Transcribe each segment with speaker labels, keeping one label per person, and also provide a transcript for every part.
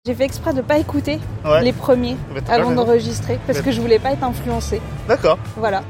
Speaker 1: J'ai fait exprès de pas écouter les premiers avant d'enregistrer parce que je voulais pas être influencée.
Speaker 2: D'accord.
Speaker 1: Voilà.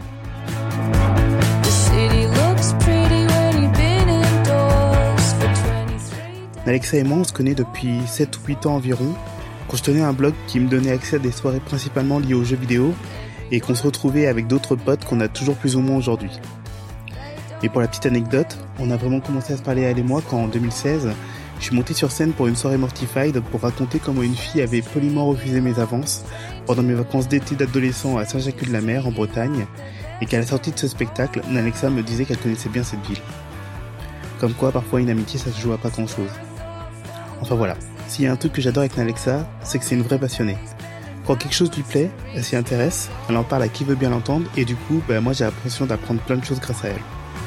Speaker 2: Alexa et moi, on se connaît depuis 7 ou 8 ans environ, quand je tenais un blog qui me donnait accès à des soirées principalement liées aux jeux vidéo et qu'on se retrouvait avec d'autres potes qu'on a toujours plus ou moins aujourd'hui. Et pour la petite anecdote, on a vraiment commencé à se parler elle et moi quand en 2016, je suis monté sur scène pour une soirée Mortified pour raconter comment une fille avait poliment refusé mes avances pendant mes vacances d'été d'adolescent à Saint-Jacques-de-la-Mer en Bretagne et qu'à la sortie de ce spectacle, Alexa me disait qu'elle connaissait bien cette ville. Comme quoi, parfois, une amitié, ça se joue à pas grand-chose. Enfin voilà, s'il y a un truc que j'adore avec Alexa, c'est que c'est une vraie passionnée. Quand quelque chose lui plaît, elle s'y intéresse, elle en parle à qui veut bien l'entendre et du coup, moi j'ai l'impression d'apprendre plein de choses grâce à elle.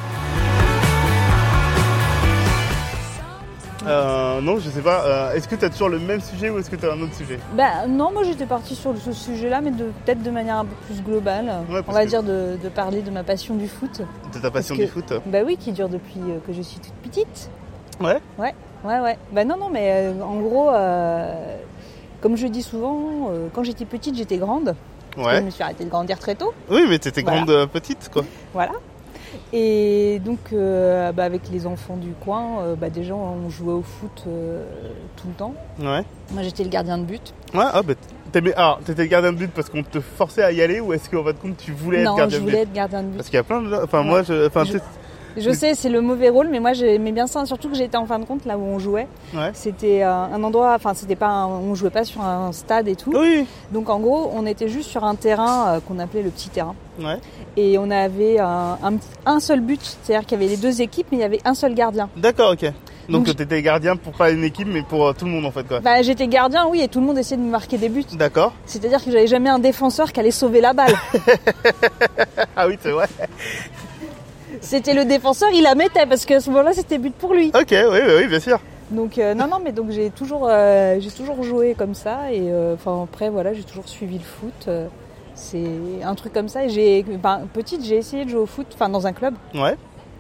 Speaker 2: Non, je sais pas. Est-ce que tu as toujours le même sujet ou est-ce que tu as un autre sujet ?
Speaker 1: Non, moi j'étais partie sur ce sujet-là, mais peut-être de manière un peu plus globale.
Speaker 2: Ouais,
Speaker 1: on va dire de parler de ma passion du foot.
Speaker 2: De ta passion du foot ?
Speaker 1: Oui, qui dure depuis que je suis toute petite.
Speaker 2: Ouais.
Speaker 1: Ouais. Non, mais en gros, comme je dis souvent, quand j'étais petite, j'étais grande.
Speaker 2: Ouais.
Speaker 1: Je me suis arrêtée de grandir très tôt.
Speaker 2: Oui, mais t'étais grande petite, quoi.
Speaker 1: Voilà. Et donc, avec les enfants du coin, déjà, on jouait au foot tout le temps.
Speaker 2: Ouais.
Speaker 1: Moi, j'étais le gardien de but.
Speaker 2: Ouais, t'étais le gardien de but parce qu'on te forçait à y aller ou est-ce qu'en fin de compte, tu voulais être gardien de but ?
Speaker 1: Non, je voulais être gardien de but.
Speaker 2: Parce qu'il y a plein de gens...
Speaker 1: Je sais, c'est le mauvais rôle, mais moi j'aimais bien ça, surtout que j'étais en fin de compte là où on jouait.
Speaker 2: Ouais.
Speaker 1: C'était un endroit, on jouait pas sur un stade et tout.
Speaker 2: Oui.
Speaker 1: Donc en gros, on était juste sur un terrain qu'on appelait le petit terrain.
Speaker 2: Ouais.
Speaker 1: Et on avait un seul but, c'est-à-dire qu'il y avait les deux équipes, mais il y avait un seul gardien.
Speaker 2: D'accord, ok. Donc t'étais gardien pour pas une équipe, mais pour tout le monde en fait, quoi.
Speaker 1: J'étais gardien, oui, et tout le monde essayait de me marquer des buts.
Speaker 2: D'accord.
Speaker 1: C'est-à-dire que j'avais jamais un défenseur qui allait sauver la balle.
Speaker 2: Ah oui, c'est vrai.
Speaker 1: C'était le défenseur, il la mettait parce qu'à ce moment-là, c'était but pour lui.
Speaker 2: Ok, oui, bien sûr.
Speaker 1: Donc donc j'ai toujours joué comme ça et après voilà, j'ai toujours suivi le foot. C'est un truc comme ça. Et petite, j'ai essayé de jouer au foot, dans un club.
Speaker 2: Ouais.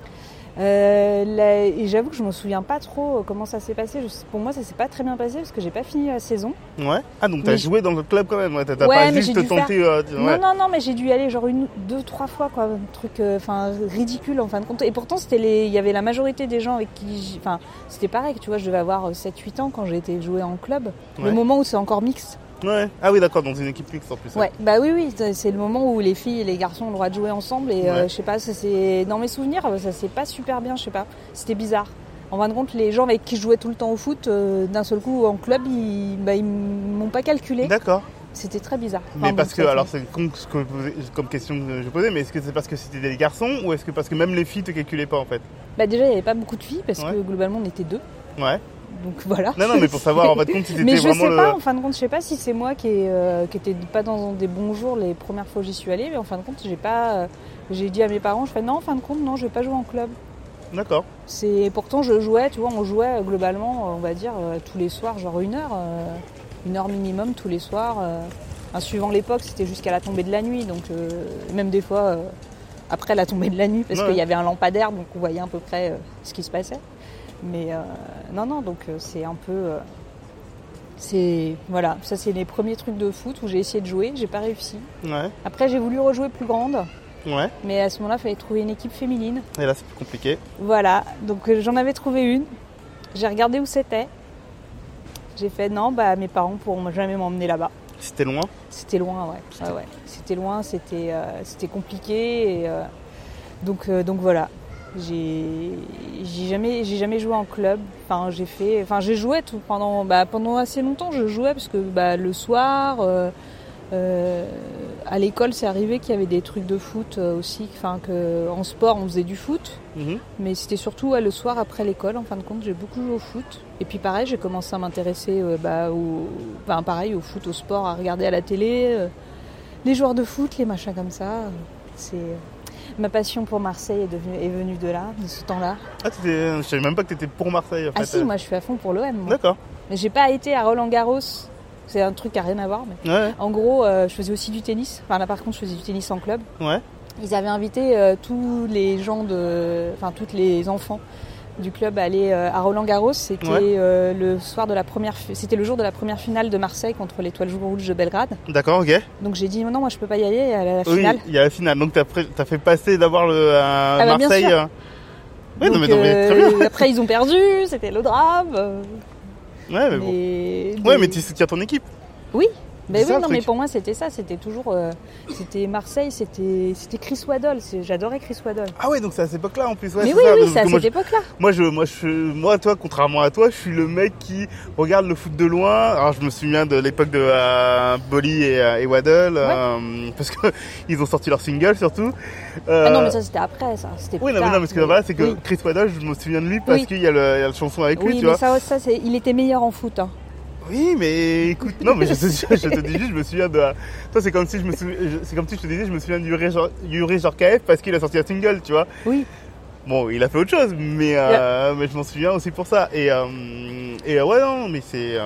Speaker 1: Et j'avoue que je me souviens pas trop comment ça s'est passé. Pour moi, ça s'est pas très bien passé parce que j'ai pas fini la saison.
Speaker 2: Ouais. Ah donc t'as joué dans le club quand même. Ouais, t'as pas juste tenté.
Speaker 1: Non, mais j'ai dû y aller genre 2, 3 fois quoi, un truc ridicule en fin de compte. Et pourtant il y avait la majorité des gens avec qui, c'était pareil. Tu vois, je devais avoir 7-8 ans quand j'ai été jouer en club. Ouais. Le moment où c'est encore mixte.
Speaker 2: Ouais. Ah oui, d'accord, dans une équipe mixte en plus.
Speaker 1: Ouais, oui, c'est le moment où les filles et les garçons ont le droit de jouer ensemble et je sais pas, dans mes souvenirs, ça s'est pas super bien, je sais pas, c'était bizarre. En fin de compte, les gens avec qui je jouais tout le temps au foot, d'un seul coup en club, ils m'ont pas calculé.
Speaker 2: D'accord.
Speaker 1: C'était très bizarre.
Speaker 2: Mais parce que, alors c'est comme question que je posais, mais est-ce que c'est parce que c'était des garçons ou est-ce que parce que même les filles te calculaient pas en fait ?
Speaker 1: Déjà, il y avait pas beaucoup de filles parce que globalement on était 2.
Speaker 2: Ouais.
Speaker 1: Donc voilà.
Speaker 2: Non, mais pour savoir en fin de compte si c'était
Speaker 1: mais
Speaker 2: vraiment
Speaker 1: sais pas, en fin de compte, je sais pas si c'est moi qui était pas dans des bons jours les premières fois où j'y suis allée, mais en fin de compte, j'ai dit à mes parents, non, en fin de compte, non, je vais pas jouer en club.
Speaker 2: D'accord.
Speaker 1: Pourtant je jouais, tu vois, on jouait globalement, on va dire, tous les soirs, genre 1 heure minimum tous les soirs. Suivant l'époque, c'était jusqu'à la tombée de la nuit, donc même des fois après la tombée de la nuit, parce qu'il y avait un lampadaire, donc on voyait à peu près ce qui se passait. Mais donc c'est un peu... voilà, ça c'est les premiers trucs de foot où j'ai essayé de jouer, j'ai pas réussi.
Speaker 2: Ouais.
Speaker 1: Après j'ai voulu rejouer plus grande.
Speaker 2: Ouais.
Speaker 1: Mais à ce moment-là, il fallait trouver une équipe féminine.
Speaker 2: Et là c'est plus compliqué.
Speaker 1: Voilà, donc j'en avais trouvé une. J'ai regardé où c'était. J'ai fait non, mes parents pourront jamais m'emmener là-bas.
Speaker 2: C'était loin ?
Speaker 1: C'était loin, ouais. Ouais. C'était loin, c'était compliqué. Et, donc voilà. J'ai jamais joué en club. J'ai joué pendant assez longtemps. Je jouais parce que le soir, à l'école, c'est arrivé qu'il y avait des trucs de foot aussi. En sport, on faisait du foot, mais c'était surtout le soir après l'école. En fin de compte, j'ai beaucoup joué au foot. Et puis pareil, j'ai commencé à m'intéresser au foot, au sport, à regarder à la télé les joueurs de foot, les machins comme ça. Ma passion pour Marseille est venue de là, de ce temps-là.
Speaker 2: Ah, je savais même pas que tu étais pour Marseille en fait.
Speaker 1: Ah si, moi je suis à fond pour l'OM. Moi.
Speaker 2: D'accord.
Speaker 1: Mais j'ai pas été à Roland-Garros. C'est un truc qui n'a rien à voir. Mais...
Speaker 2: Ouais.
Speaker 1: En gros, je faisais aussi du tennis. Là par contre, je faisais du tennis en club.
Speaker 2: Ouais.
Speaker 1: Ils avaient invité tous les gens tous les enfants du club aller à Roland-Garros. C'était c'était le jour de la première finale de Marseille contre l'Étoile Rouge de Belgrade.
Speaker 2: D'accord, ok.
Speaker 1: Donc j'ai dit non, moi je peux pas y aller à la finale.
Speaker 2: Oui, il y a la finale. Donc t'as fait passer d'abord Marseille.
Speaker 1: Bien sûr.
Speaker 2: Oui,
Speaker 1: donc,
Speaker 2: non, mais très bien.
Speaker 1: Après ils ont perdu, c'était le drame.
Speaker 2: Ouais, mais bon. Ouais, mais tu soutiens ton équipe.
Speaker 1: Oui. Mais oui, non, mais pour moi c'était ça, c'était toujours, c'était Marseille, c'était Chris Waddle, j'adorais Chris Waddle.
Speaker 2: Ah ouais, donc c'est à cette époque-là en plus. Ouais,
Speaker 1: mais
Speaker 2: c'est
Speaker 1: oui,
Speaker 2: ça,
Speaker 1: oui, c'est à cette époque-là.
Speaker 2: Moi, toi, contrairement à toi, je suis le mec qui regarde le foot de loin. Alors je me souviens de l'époque de Bolly et Waddle, parce que ils ont sorti leur single surtout.
Speaker 1: Ah non, mais ça c'était après, ça. C'était
Speaker 2: oui, non, mais ce que voilà, c'est que Chris Waddle, je me souviens de lui parce qu'il y a la chanson avec lui, tu vois.
Speaker 1: Oui, mais ça, il était meilleur en foot. Hein.
Speaker 2: Oui, mais écoute, non, mais je te dis juste, je me souviens de. Toi, c'est comme si je te disais, je me souviens du Yuri Jorkaev parce qu'il a sorti un single, tu vois.
Speaker 1: Oui.
Speaker 2: Bon, il a fait autre chose, mais je m'en souviens aussi pour ça. Et ouais, non, mais c'est.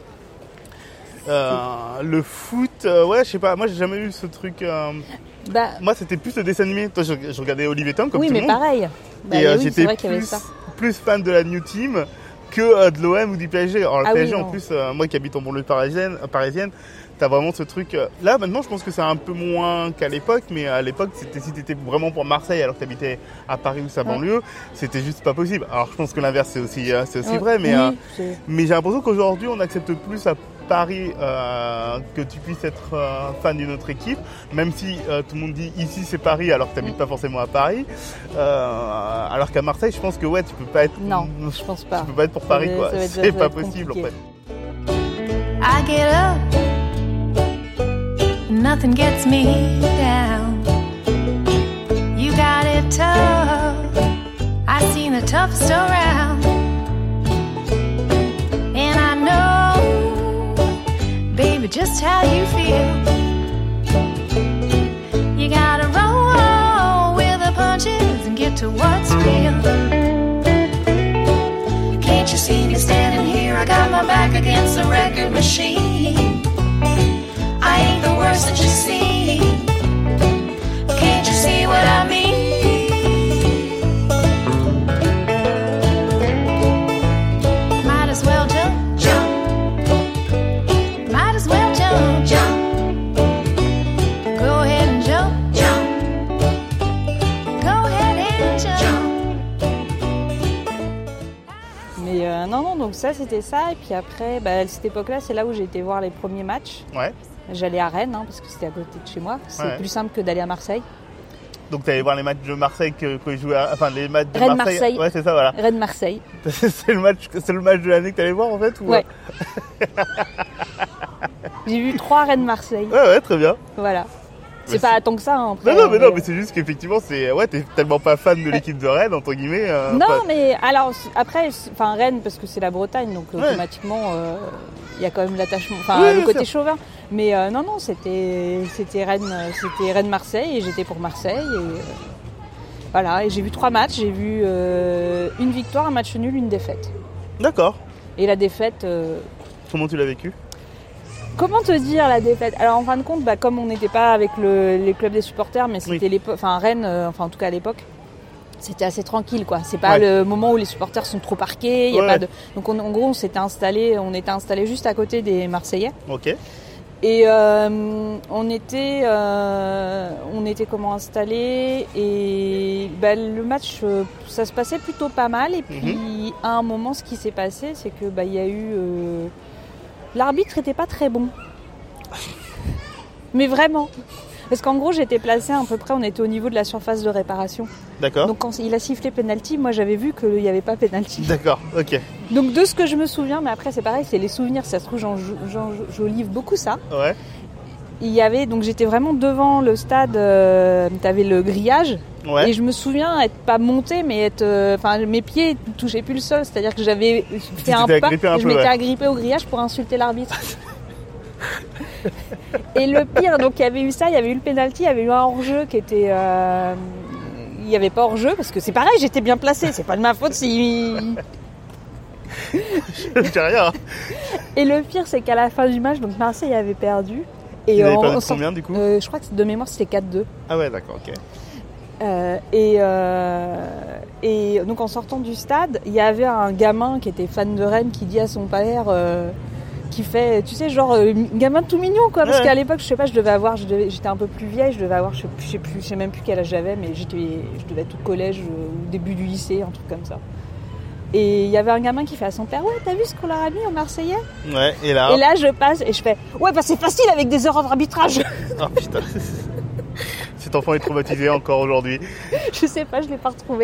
Speaker 2: Le foot, ouais, je sais pas, moi j'ai jamais eu ce truc. Moi, c'était plus le dessin animé. Toi, je regardais Olivier Tom comme tout le monde.
Speaker 1: Oui, mais pareil.
Speaker 2: Et j'étais plus fan de la New Team que de l'OM ou du PSG. Alors le PSG en plus, moi qui habite en banlieue parisienne, t'as vraiment ce truc. Là maintenant je pense que c'est un peu moins qu'à l'époque, mais à l'époque si t'étais vraiment pour Marseille alors que t'habitais à Paris ou sa banlieue, c'était juste pas possible. Alors je pense que l'inverse c'est aussi vrai, mais j'ai l'impression qu'aujourd'hui on accepte plus à Paris que tu puisses être fan d'une autre équipe, même si tout le monde dit ici c'est Paris alors que t'habites pas forcément à Paris, alors qu'à Marseille je pense que tu peux pas être.
Speaker 1: Non, je pense pas.
Speaker 2: Tu peux pas être pour Paris quoi, c'est pas possible
Speaker 1: compliqué.
Speaker 2: En fait.
Speaker 3: I get up, nothing gets me down. You got it tough, I seen the toughest around, and I know, baby, just how you feel. You gotta roll with the punches and get to what's real. Can't you see me standing here? I got my back against the record machine. I ain't the worst that you see. Can't you see what I mean? Might as well jump, jump. Might as well jump, jump. Go ahead and jump, jump. Go ahead and jump.
Speaker 1: Mais non, donc ça c'était ça. Et puis après, à cette époque-là, c'est là où j'ai été voir les premiers matchs.
Speaker 2: Ouais.
Speaker 1: J'allais à Rennes parce que c'était à côté de chez moi. C'est plus simple que d'aller à Marseille.
Speaker 2: Donc tu allais voir les matchs de Marseille que ils jouaient, enfin les matchs de
Speaker 1: Rennes-Marseille.
Speaker 2: Ouais, c'est ça, voilà.
Speaker 1: Rennes-Marseille.
Speaker 2: C'est le match de l'année que tu allais voir en fait ou...
Speaker 1: Ouais. J'ai vu 3 Rennes-Marseille.
Speaker 2: Ouais, très bien.
Speaker 1: Voilà. C'est pas tant que ça. Hein,
Speaker 2: après, non, mais c'est juste qu'effectivement, t'es tellement pas fan de l'équipe de Rennes, entre guillemets.
Speaker 1: Non, mais alors, après, Rennes, parce que c'est la Bretagne, donc automatiquement, il y a quand même l'attachement, le côté chauvin. Mais non, c'était Rennes-Marseille, et j'étais pour Marseille. Et, voilà, et j'ai vu 3 matchs. J'ai vu une victoire, un match nul, une défaite.
Speaker 2: D'accord.
Speaker 1: Et la défaite...
Speaker 2: Comment tu l'as vécu ?
Speaker 1: Comment te dire la défaite ? Alors en fin de compte, comme on n'était pas avec les clubs des supporters, mais c'était Rennes, en tout cas à l'époque, c'était assez tranquille quoi. C'est pas le moment où les supporters sont trop parqués. Y a pas de... Donc en gros, on était installé juste à côté des Marseillais.
Speaker 2: Ok.
Speaker 1: Et on était comment installés et le match ça se passait plutôt pas mal. Et puis à un moment, ce qui s'est passé, c'est que il y a eu l'arbitre était pas très bon. Mais vraiment. Parce qu'en gros, j'étais placée à peu près, on était au niveau de la surface de réparation. D'accord. Donc quand il a sifflé penalty, moi j'avais vu qu'il n'y avait pas penalty.
Speaker 2: D'accord, ok.
Speaker 1: Donc de ce que je me souviens, mais après c'est pareil, c'est les souvenirs, ça se trouve, j'olive beaucoup ça.
Speaker 2: Ouais.
Speaker 1: Il y avait, donc j'étais vraiment devant le stade, t'avais le grillage. Ouais. Et je me souviens être pas montée, mais mes pieds touchaient plus le sol, c'est-à-dire que j'avais fait un pas, je m'étais agrippée au grillage pour insulter l'arbitre. Et le pire, donc il y avait eu ça, il y avait eu le penalty, il y avait eu un hors-jeu qui était... il n'y avait pas hors-jeu, parce que c'est pareil, j'étais bien placée, c'est pas de ma faute si...
Speaker 2: Je dis rien.
Speaker 1: Et le pire, c'est qu'à la fin du match, donc Marseille avait perdu.
Speaker 2: Et ils avaient perdu combien du coup
Speaker 1: je crois que de mémoire c'était 4-2.
Speaker 2: Ah ouais, d'accord, ok.
Speaker 1: Et donc en sortant du stade, il y avait un gamin qui était fan de Rennes qui dit à son père, qui fait, tu sais, genre gamin tout mignon quoi, parce qu'à l'époque, je sais pas, j'étais un peu plus vieille, je devais avoir, je sais même plus quel âge j'avais, mais je devais être au collège ou début du lycée, un truc comme ça. Et il y avait un gamin qui fait à son père, ouais, t'as vu ce qu'on leur a mis aux Marseillais ?
Speaker 2: Ouais, et là
Speaker 1: je passe et je fais, ouais, bah c'est facile avec des erreurs d'arbitrage.
Speaker 2: Oh putain. Cet enfant est traumatisé encore aujourd'hui.
Speaker 1: Je sais pas, je l'ai pas retrouvé.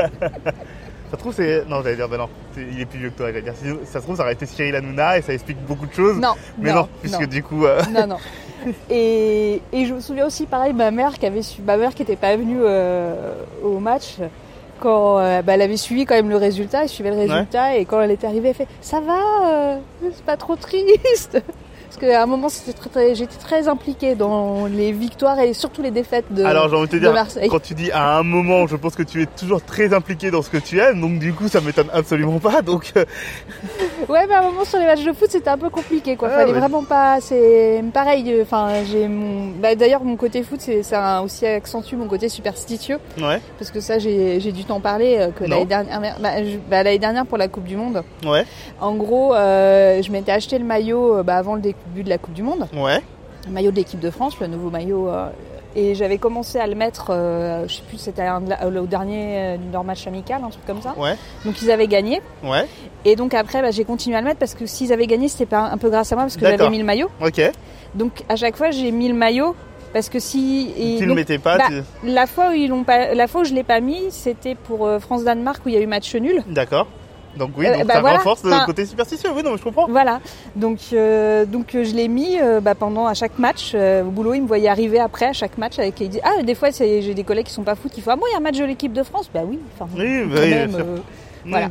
Speaker 2: Ça se trouve, c'est. Non, j'allais dire, ben non, il est plus vieux que toi, j'allais dire. Ça se trouve, ça aurait été Cyril Hanouna et ça explique beaucoup de choses.
Speaker 1: Non.
Speaker 2: Mais non, puisque du coup.
Speaker 1: Non. Et je me souviens aussi, pareil, ma mère qui était pas venue au match, quand elle avait suivi quand même le résultat, elle suivait le résultat, et quand elle était arrivée, elle fait ça va, c'est pas trop triste. Parce qu'à un moment, j'étais très impliquée dans les victoires et surtout les défaites de Marseille.
Speaker 2: Alors, j'ai envie de te dire, quand tu dis à un moment, je pense que tu es toujours très impliquée dans ce que tu aimes, donc du coup, ça m'étonne absolument pas. Donc,
Speaker 1: ouais, mais à un moment, sur les matchs de foot, c'était un peu compliqué, quoi. Fallait vraiment pas. C'est pareil. Enfin, j'ai mon. D'ailleurs, mon côté foot, ça aussi accentue mon côté superstitieux. Ouais. Parce que ça, j'ai dû t'en parler que l'année dernière, pour la Coupe du Monde. Ouais. En gros, je m'étais acheté le maillot avant le début de la Coupe du Monde. Ouais. Le maillot de l'équipe de France, le nouveau maillot. Et j'avais commencé à le mettre, je sais plus, c'était au dernier de leur match amical, un truc comme ça. Ouais. Donc ils avaient gagné. Ouais. Et donc après, j'ai continué à le mettre parce que s'ils avaient gagné, c'était pas un peu grâce à moi parce que j'avais mis le maillot. Ok. Donc à chaque fois, j'ai mis le maillot parce que si.
Speaker 2: Tu le mettais pas.
Speaker 1: La fois où je l'ai pas mis, c'était pour France-Danemark où il y a eu match nul.
Speaker 2: D'accord. Donc oui, donc ça renforce le côté superstitieux, oui, non, je comprends.
Speaker 1: Voilà, donc je l'ai mis pendant à chaque match. Au boulot, il me voyait arriver après à chaque match avec il dit des fois j'ai des collègues qui sont pas foot qui font il y a un match de l'équipe de France, oui, enfin oui, voilà.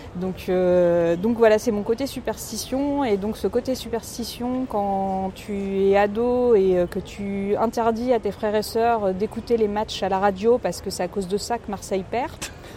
Speaker 1: Donc voilà, c'est mon côté superstition, et donc ce côté superstition quand tu es ado et que tu interdis à tes frères et sœurs d'écouter les matchs à la radio parce que c'est à cause de ça que Marseille perd.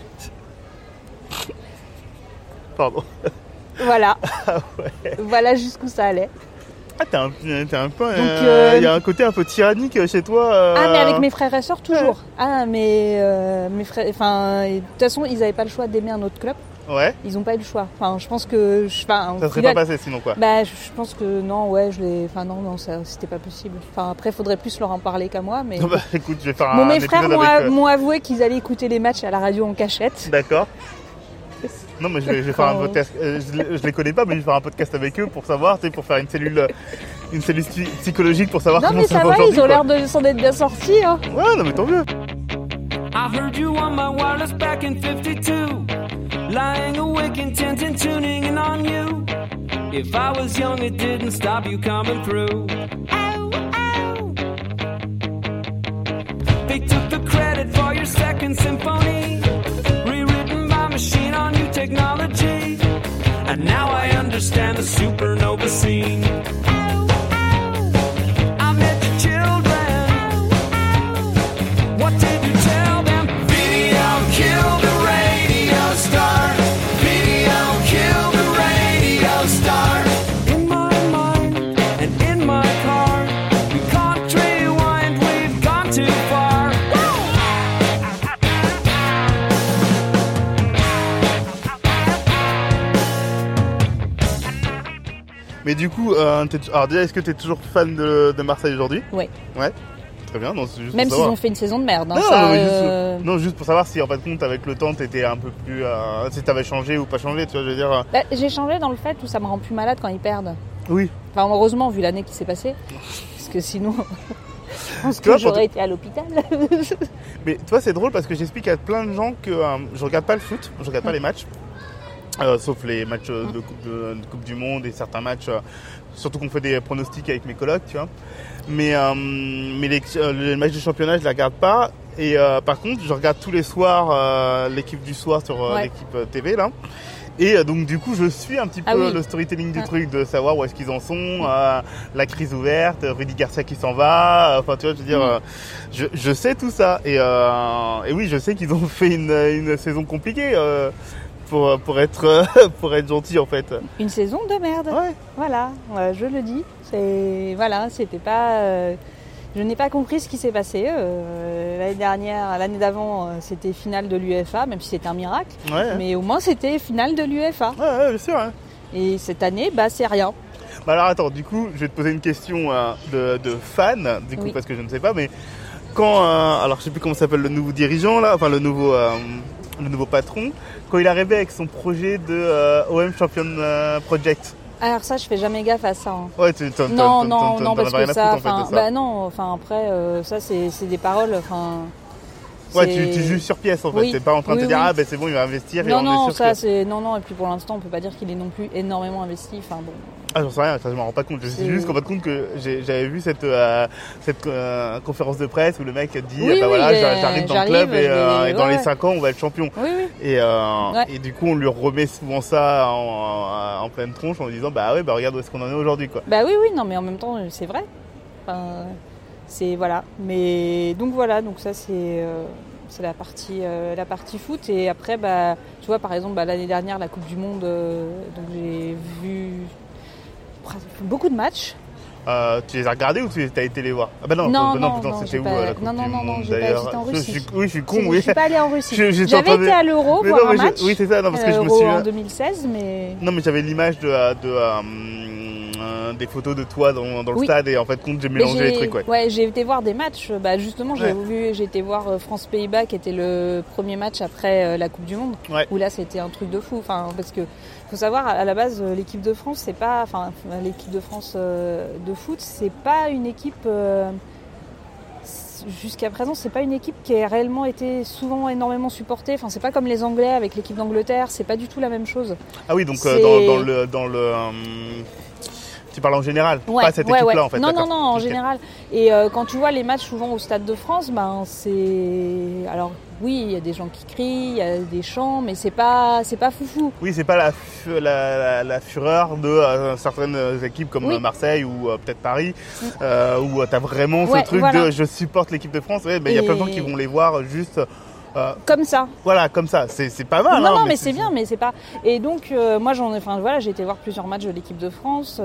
Speaker 2: Pardon.
Speaker 1: Voilà. Voilà jusqu'où ça allait.
Speaker 2: Ah, t'es un peu. Il y a un côté un peu tyrannique chez toi.
Speaker 1: Mais avec mes frères et sœurs toujours. Ouais. Mais mes frères. Enfin, de toute façon, ils n'avaient pas le choix d'aimer un autre club. Ouais. Ils n'ont pas eu le choix. Enfin, je pense que. Ça
Speaker 2: serait pas passé sinon quoi.
Speaker 1: Je pense que non, non, ça, c'était pas possible. Enfin, après, faudrait plus leur en parler qu'à moi, mais.
Speaker 2: Écoute, je vais faire
Speaker 1: mes frères m'ont avoué qu'ils allaient écouter les matchs à la radio en cachette.
Speaker 2: D'accord. Non, mais je vais faire un podcast. Je les connais pas, mais je vais faire un podcast avec eux pour savoir, pour faire une cellule psychologique pour savoir comment ça va aujourd'hui.
Speaker 1: Ils ont l'air de s'en être bien sortis. Hein.
Speaker 2: Ouais, non, mais tant mieux.
Speaker 3: I heard you on my wireless back in 52, lying awake intent and tuning in on you. If I was young, it didn't stop you coming through. Ow, ow. They took the credit for your second symphony, machine on new technology, and now I understand the supernova scene. I met your children. What did you tell them? Video killed the radio star. Video killed the radio star. In my mind and in my car, we can't rewind, we've gone too far.
Speaker 2: Mais du coup, alors déjà, est-ce que tu es toujours fan de Marseille aujourd'hui ?
Speaker 1: Oui.
Speaker 2: Ouais. Très bien, non, c'est juste
Speaker 1: même
Speaker 2: pour
Speaker 1: s'ils ont fait une saison de merde.
Speaker 2: Non, juste pour savoir si en fait compte avec le temps t'étais un peu plus, si t'avais changé ou pas changé, tu vois, je veux dire.
Speaker 1: J'ai changé dans le fait où ça me rend plus malade quand ils perdent.
Speaker 2: Oui.
Speaker 1: Enfin, heureusement vu l'année qui s'est passée, parce que sinon, je pense que j'aurais été à l'hôpital.
Speaker 2: Mais toi, c'est drôle parce que j'explique à plein de gens que je regarde pas le foot, je regarde pas les matchs. Sauf les matchs de Coupe du Monde et certains matchs, surtout qu'on fait des pronostics avec mes colocs, tu vois. Mais les matchs de championnat, je les regarde pas. Et par contre, je regarde tous les soirs l'équipe du soir sur l'équipe TV là. Et donc du coup, je suis un petit peu le storytelling du truc, de savoir où est-ce qu'ils en sont, la crise ouverte, Rudy Garcia qui s'en va. Enfin, tu vois, je veux dire, je sais tout ça. Et oui, je sais qu'ils ont fait une saison compliquée. Pour être gentil en fait.
Speaker 1: Une saison de merde.
Speaker 2: Ouais.
Speaker 1: Voilà, je le dis. C'était pas. Je n'ai pas compris ce qui s'est passé. L'année d'avant, c'était finale de l'UEFA, même si c'était un miracle.
Speaker 2: Ouais.
Speaker 1: Mais au moins, c'était finale de l'UEFA.
Speaker 2: Ouais, bien sûr. Hein.
Speaker 1: Et cette année, c'est rien.
Speaker 2: Bah alors attends, du coup, je vais te poser une question de fan, du coup,
Speaker 1: Oui.
Speaker 2: parce que je ne sais pas, mais quand, alors je sais plus comment s'appelle le nouveau dirigeant là, enfin le nouveau patron, quand il est arrivé avec son projet de OM Champion Project.
Speaker 1: Alors ça, je fais jamais gaffe à ça. Hein.
Speaker 2: Ouais,
Speaker 1: Non, parce
Speaker 2: rien
Speaker 1: que
Speaker 2: à
Speaker 1: ça,
Speaker 2: foutre, en fait, de ça.
Speaker 1: non, après, ça c'est des paroles, enfin.
Speaker 2: Ouais, tu juges sur pièce en fait.
Speaker 1: Oui.
Speaker 2: T'es pas en train de te
Speaker 1: Oui,
Speaker 2: dire
Speaker 1: oui.
Speaker 2: c'est bon, il va investir et
Speaker 1: Non,
Speaker 2: on
Speaker 1: non,
Speaker 2: est sûr
Speaker 1: ça
Speaker 2: que...
Speaker 1: c'est non, et puis pour l'instant, on peut pas dire qu'il est non plus énormément investi. Enfin bon.
Speaker 2: Ah, j'en sais rien, ça je m'en rends pas compte. Je sais juste qu'en fin de compte que j'avais vu cette conférence de presse où le mec dit
Speaker 1: Oui,
Speaker 2: voilà,
Speaker 1: oui,
Speaker 2: j'arrive dans le club et dans les
Speaker 1: ouais.
Speaker 2: 5 ans on va être champion.
Speaker 1: Oui, oui.
Speaker 2: Et du coup on lui remet souvent ça en pleine tronche en lui disant regarde où est-ce qu'on en est aujourd'hui quoi.
Speaker 1: Bah oui, non, mais en même temps c'est vrai. Enfin, c'est voilà. Mais donc voilà, donc ça c'est la partie foot. Et après tu vois par exemple l'année dernière la Coupe du Monde, donc j'ai vu beaucoup de matchs.
Speaker 2: Tu les as regardés ou tu as été les voir? Ah bah non, c'était où la Coupe du Monde
Speaker 1: j'ai pas
Speaker 2: d'ailleurs?
Speaker 1: été en Russie.
Speaker 2: Je suis con,
Speaker 1: Je
Speaker 2: oui.
Speaker 1: suis pas allée en Russie.
Speaker 2: J'étais en
Speaker 1: J'avais
Speaker 2: train de-
Speaker 1: été à l'Euro
Speaker 2: Mais
Speaker 1: voir
Speaker 2: non,
Speaker 1: un
Speaker 2: mais
Speaker 1: match.
Speaker 2: oui, c'est ça, non, parce que je me
Speaker 1: Euro
Speaker 2: souviens.
Speaker 1: en 2016, mais
Speaker 2: Non, mais j'avais l'image des photos de toi dans le
Speaker 1: Oui.
Speaker 2: stade et en fait compte j'ai mélangé les trucs.
Speaker 1: Ouais, j'ai été voir des matchs. Justement, j'ai été voir France-Pays-Bas qui était le premier match après la Coupe du Monde.
Speaker 2: Ouais.
Speaker 1: Où là, c'était un truc de fou. Enfin, parce que faut savoir à la base, l'équipe de France, c'est pas, enfin, l'équipe de France de foot, c'est pas une équipe. Jusqu'à présent, c'est pas une équipe qui a réellement été souvent énormément supportée. Enfin, c'est pas comme les Anglais avec l'équipe d'Angleterre. C'est pas du tout la même chose.
Speaker 2: Ah oui, donc
Speaker 1: C'est-
Speaker 2: dans le tu parles en général,
Speaker 1: Ouais,
Speaker 2: pas cette
Speaker 1: ouais,
Speaker 2: équipe-là
Speaker 1: ouais.
Speaker 2: en fait.
Speaker 1: Non,
Speaker 2: d'accord.
Speaker 1: en
Speaker 2: Ok.
Speaker 1: général. Et quand tu vois les matchs souvent au Stade de France, c'est... Alors oui, il y a des gens qui crient, il y a des chants, mais c'est pas foufou.
Speaker 2: Oui, c'est pas la fureur de certaines équipes comme
Speaker 1: Oui.
Speaker 2: Marseille ou peut-être Paris, où t'as vraiment ce
Speaker 1: Ouais,
Speaker 2: truc
Speaker 1: voilà.
Speaker 2: de je supporte l'équipe de France. Ouais, mais il y a plein de gens qui vont les voir juste.
Speaker 1: Comme ça.
Speaker 2: Voilà, comme ça, c'est pas mal.
Speaker 1: Non,
Speaker 2: hein,
Speaker 1: mais c'est bien, mais c'est pas... Et donc, moi, j'ai été voir plusieurs matchs de l'équipe de France,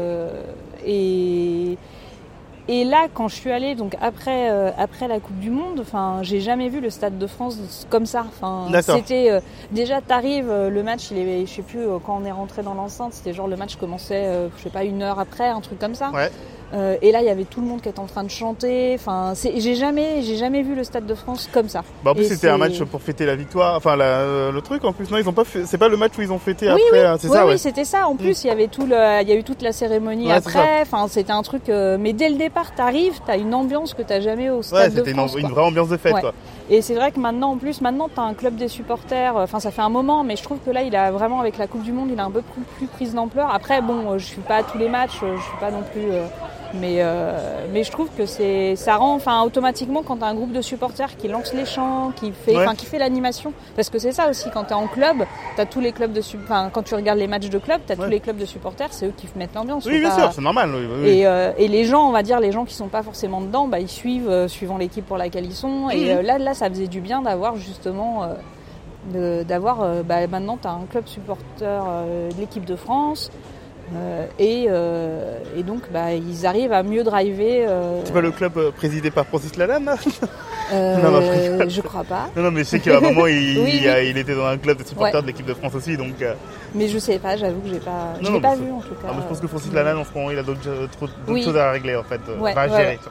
Speaker 1: et là, quand je suis allée, donc après la Coupe du Monde, j'ai jamais vu le Stade de France comme ça.
Speaker 2: D'accord.
Speaker 1: C'était déjà, t'arrives, le match, je sais plus quand on est rentré dans l'enceinte, c'était genre le match commençait, je sais pas, 1 heure après, un truc comme ça.
Speaker 2: Ouais.
Speaker 1: Et là, il y avait tout le monde qui était en train de chanter. J'ai jamais vu le Stade de France comme ça.
Speaker 2: Bah en plus
Speaker 1: Et
Speaker 2: c'était un match pour fêter la victoire, enfin le truc en plus non ils ont pas fait, c'est pas le match où ils ont fêté
Speaker 1: Oui,
Speaker 2: après,
Speaker 1: oui.
Speaker 2: hein, c'est ça ouais.
Speaker 1: Oui, c'était ça. En plus, il y avait il y a eu toute la cérémonie
Speaker 2: Ouais, c'est
Speaker 1: après. C'était un truc. Mais dès le départ, t'arrives, t'as une ambiance que t'as jamais au Stade de
Speaker 2: c'était
Speaker 1: France.
Speaker 2: une
Speaker 1: quoi.
Speaker 2: vraie ambiance de fête
Speaker 1: Ouais.
Speaker 2: quoi.
Speaker 1: Et c'est vrai que maintenant, t'as un club des supporters. Ça fait un moment, mais je trouve que là, il a vraiment avec la Coupe du Monde, il a un peu plus prise d'ampleur. Après, bon, je suis pas à tous les matchs, je suis pas non plus. Mais je trouve que ça rend, automatiquement quand t'as un groupe de supporters qui lance les chants, qui fait l'animation, parce que c'est ça aussi quand t'es en club, t'as tous les clubs quand tu regardes les matchs de club, t'as tous les clubs de supporters, c'est eux qui mettent l'ambiance.
Speaker 2: Oui, bien sûr, c'est normal. Oui.
Speaker 1: Et les gens, on va dire les gens qui sont pas forcément dedans, ils suivent suivant l'équipe pour laquelle ils sont. Et là, ça faisait du bien d'avoir justement maintenant t'as un club supporter de l'équipe de France. Et donc ils arrivent à mieux driver.
Speaker 2: C'est pas le club présidé par Francis Lalanne là?
Speaker 1: Je crois pas.
Speaker 2: Non mais je sais qu'à un moment
Speaker 1: Oui.
Speaker 2: il était dans un club de supporters de l'équipe de France aussi donc.
Speaker 1: Mais je sais pas, j'avoue que je l'ai pas vu en tout cas.
Speaker 2: Je pense que Francis Lalanne en ce moment il a d'autres choses à régler en fait, à gérer.
Speaker 1: Ouais.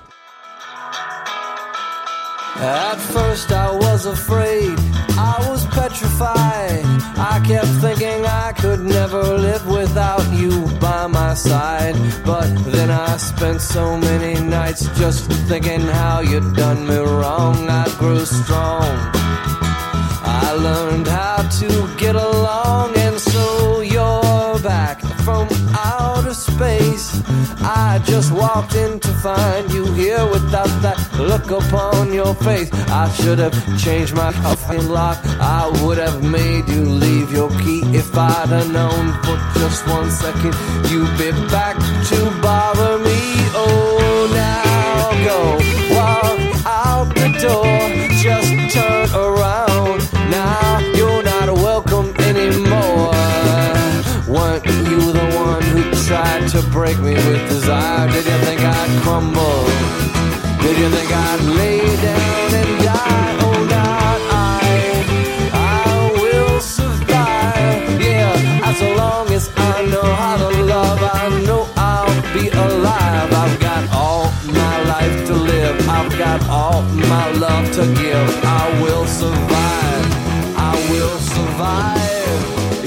Speaker 3: At first I was afraid, I was petrified. I kept thinking I could never live without you by my side. But then I spent so many nights just thinking how you'd done me wrong. I grew strong, I learned how to get along. And so you're back from outer space. I just walked in to find you here without that look upon your face. I should have changed my fucking lock. I would have made you leave your key if I'd have known for just 1 second you'd be back to bother me. Oh, now go walk out the door, just turn around. Now you're not welcome anymore. Weren't you the one who tried to break break me with desire? Did you think I'd crumble? Did you think I'd lay down and die? Oh, not I will survive. Yeah, as long as I know how to love, I know I'll be alive. I've got all my life to live. I've got all my love to give. I will survive. I will survive.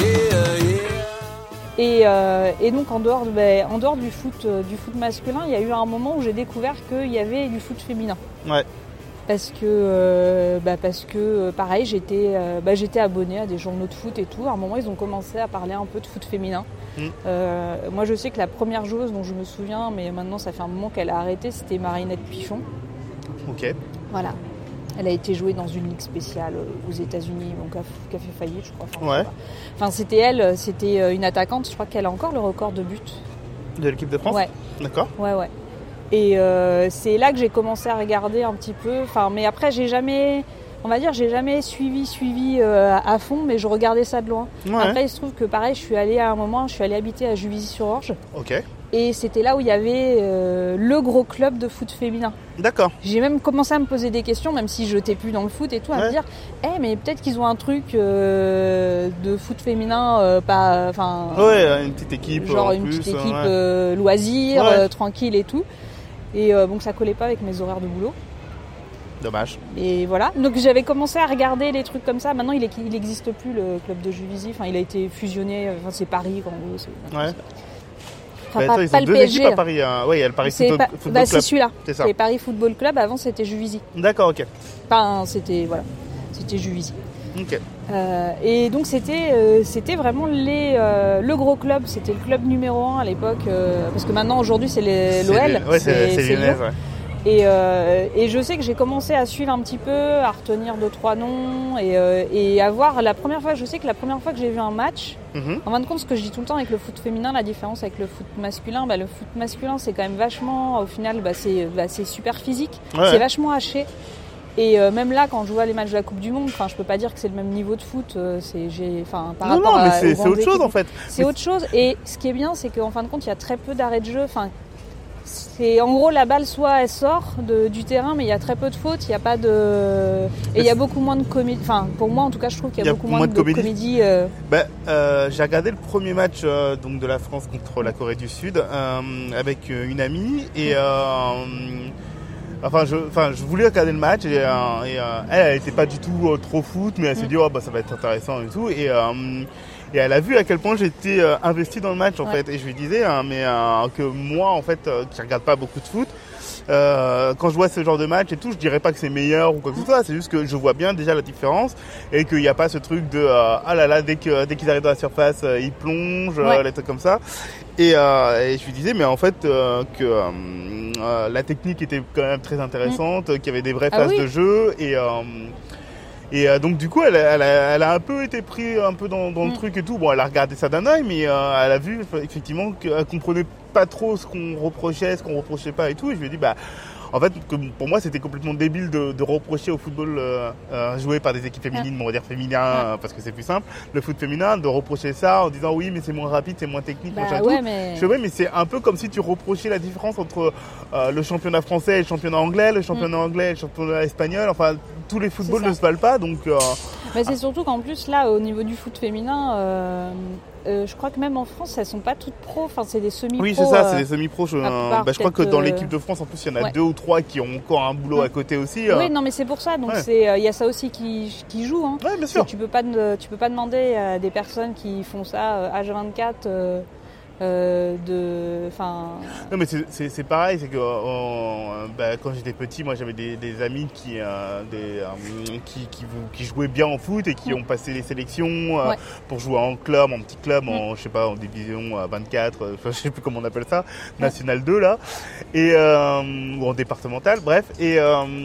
Speaker 1: Et donc en dehors du foot masculin, il y a eu un moment où j'ai découvert qu'il y avait du foot féminin.
Speaker 2: Ouais.
Speaker 1: Parce que pareil, j'étais abonnée à des journaux de foot et tout. À un moment, ils ont commencé à parler un peu de foot féminin. Moi, je sais que la première joueuse dont je me souviens, mais maintenant ça fait un moment qu'elle a arrêté, c'était Marinette Pichon.
Speaker 2: Ok.
Speaker 1: Voilà. Elle a été jouée dans une ligue spéciale aux États-Unis, donc qui a fait faillite, je crois. Enfin, c'était elle, c'était une attaquante. Je crois qu'elle a encore le record de buts.
Speaker 2: De l'équipe de France.
Speaker 1: Ouais.
Speaker 2: D'accord.
Speaker 1: Ouais. Et c'est là que j'ai commencé à regarder un petit peu. Enfin, mais après, j'ai jamais suivi à fond, mais je regardais ça de loin. Ouais. Après, il se trouve que pareil, je suis allée habiter à Juvisy-sur-Orge.
Speaker 2: Ok.
Speaker 1: Et c'était là où il y avait le gros club de foot féminin.
Speaker 2: D'accord.
Speaker 1: J'ai même commencé à me poser des questions, même si je n'étais plus dans le foot et tout, à me dire, mais peut-être qu'ils ont un truc de foot féminin,
Speaker 2: une petite équipe.
Speaker 1: Genre une petite équipe loisir, tranquille et tout. Et bon, ça collait pas avec mes horaires de boulot.
Speaker 2: Dommage.
Speaker 1: Et voilà. Donc j'avais commencé à regarder les trucs comme ça. Maintenant, il n'existe plus le club de Juvisy. Enfin, il a été fusionné. Enfin, c'est Paris, en gros.
Speaker 2: Enfin,
Speaker 1: pas
Speaker 2: ils ont
Speaker 1: le
Speaker 2: deux
Speaker 1: PSG.
Speaker 2: équipes à Paris. Oui, il y a le Paris Football Club.
Speaker 1: C'est celui-là.
Speaker 2: C'est ça.
Speaker 1: C'est Paris Football Club. Avant, c'était Juvisy.
Speaker 2: D'accord, ok.
Speaker 1: Enfin, c'était Juvisy.
Speaker 2: Ok.
Speaker 1: Et donc c'était vraiment le gros club. C'était le club numéro 1 à l'époque. Parce que maintenant, aujourd'hui, c'est l'OL.
Speaker 2: C'est Lyonnaise, ouais.
Speaker 1: Et je sais que j'ai commencé à suivre un petit peu, à retenir 2-3 noms et à voir la première fois que j'ai vu un match, en fin de compte, ce que je dis tout le temps avec le foot féminin, la différence avec le foot masculin, le foot masculin c'est quand même vachement, au final, c'est super physique, c'est vachement haché. Et même là, quand je vois les matchs de la Coupe du Monde, je peux pas dire que c'est le même niveau de foot.
Speaker 2: C'est autre chose en fait.
Speaker 1: C'est autre chose. Et ce qui est bien, c'est qu'en fin de compte, il y a très peu d'arrêts de jeu. C'est en gros la balle, soit elle sort du terrain, mais il y a très peu de fautes, il y a pas de et il y a beaucoup moins de comédie. Enfin, pour moi en tout cas, je trouve qu'il y a beaucoup moins de comédie.
Speaker 2: J'ai regardé le premier match donc de la France contre la Corée du Sud avec une amie et je voulais regarder le match et elle était pas du tout trop foot, mais elle s'est dit ça va être intéressant et tout et elle a vu à quel point j'étais investi dans le match en fait, et je lui disais que moi en fait qui regarde pas beaucoup de foot, quand je vois ce genre de match et tout, je dirais pas que c'est meilleur ou quoi que ce soit, c'est juste que je vois bien déjà la différence et qu'il n'y a pas ce truc de dès qu'ils arrivent dans la surface ils plongent, les trucs comme ça, et je lui disais mais en fait que la technique était quand même très intéressante, qu'il y avait des vraies phases de jeu et donc du coup elle a un peu été pris un peu dans le truc et tout. Bon, elle a regardé ça d'un œil, mais elle a vu effectivement qu'elle comprenait pas trop ce qu'on reprochait, ce qu'on reprochait pas et tout. Et je lui ai dit en fait, que pour moi, c'était complètement débile de reprocher au football joué par des équipes féminines, on va dire féminin, parce que c'est plus simple, le foot féminin, de reprocher ça en disant oui, mais c'est moins rapide, c'est moins technique, machin tout.
Speaker 1: Mais...
Speaker 2: mais c'est un peu comme si tu reprochais la différence entre le championnat français et le championnat anglais, le championnat anglais et le championnat espagnol. Enfin, tous les footballs ne se valent pas, donc...
Speaker 1: Mais c'est surtout qu'en plus, là, au niveau du foot féminin... je crois que même en France, elles sont pas toutes pros. Enfin, c'est des semi-pros.
Speaker 2: Oui, c'est ça, c'est des semi-pros. Je crois que dans l'équipe de France, en plus, il y en a 2 ou 3 qui ont encore un boulot à côté aussi.
Speaker 1: Oui, non, mais c'est pour ça. Donc, il y a ça aussi qui joue. Hein.
Speaker 2: Ouais, bien sûr.
Speaker 1: Tu peux pas demander à des personnes qui font ça H24
Speaker 2: Non, mais c'est pareil, c'est que quand j'étais petit, moi j'avais des amis qui jouaient bien en foot et qui ont passé les sélections pour jouer en club, en petit club, en division 24, je sais plus comment on appelle ça, National 2 là, et ou en départemental, bref, et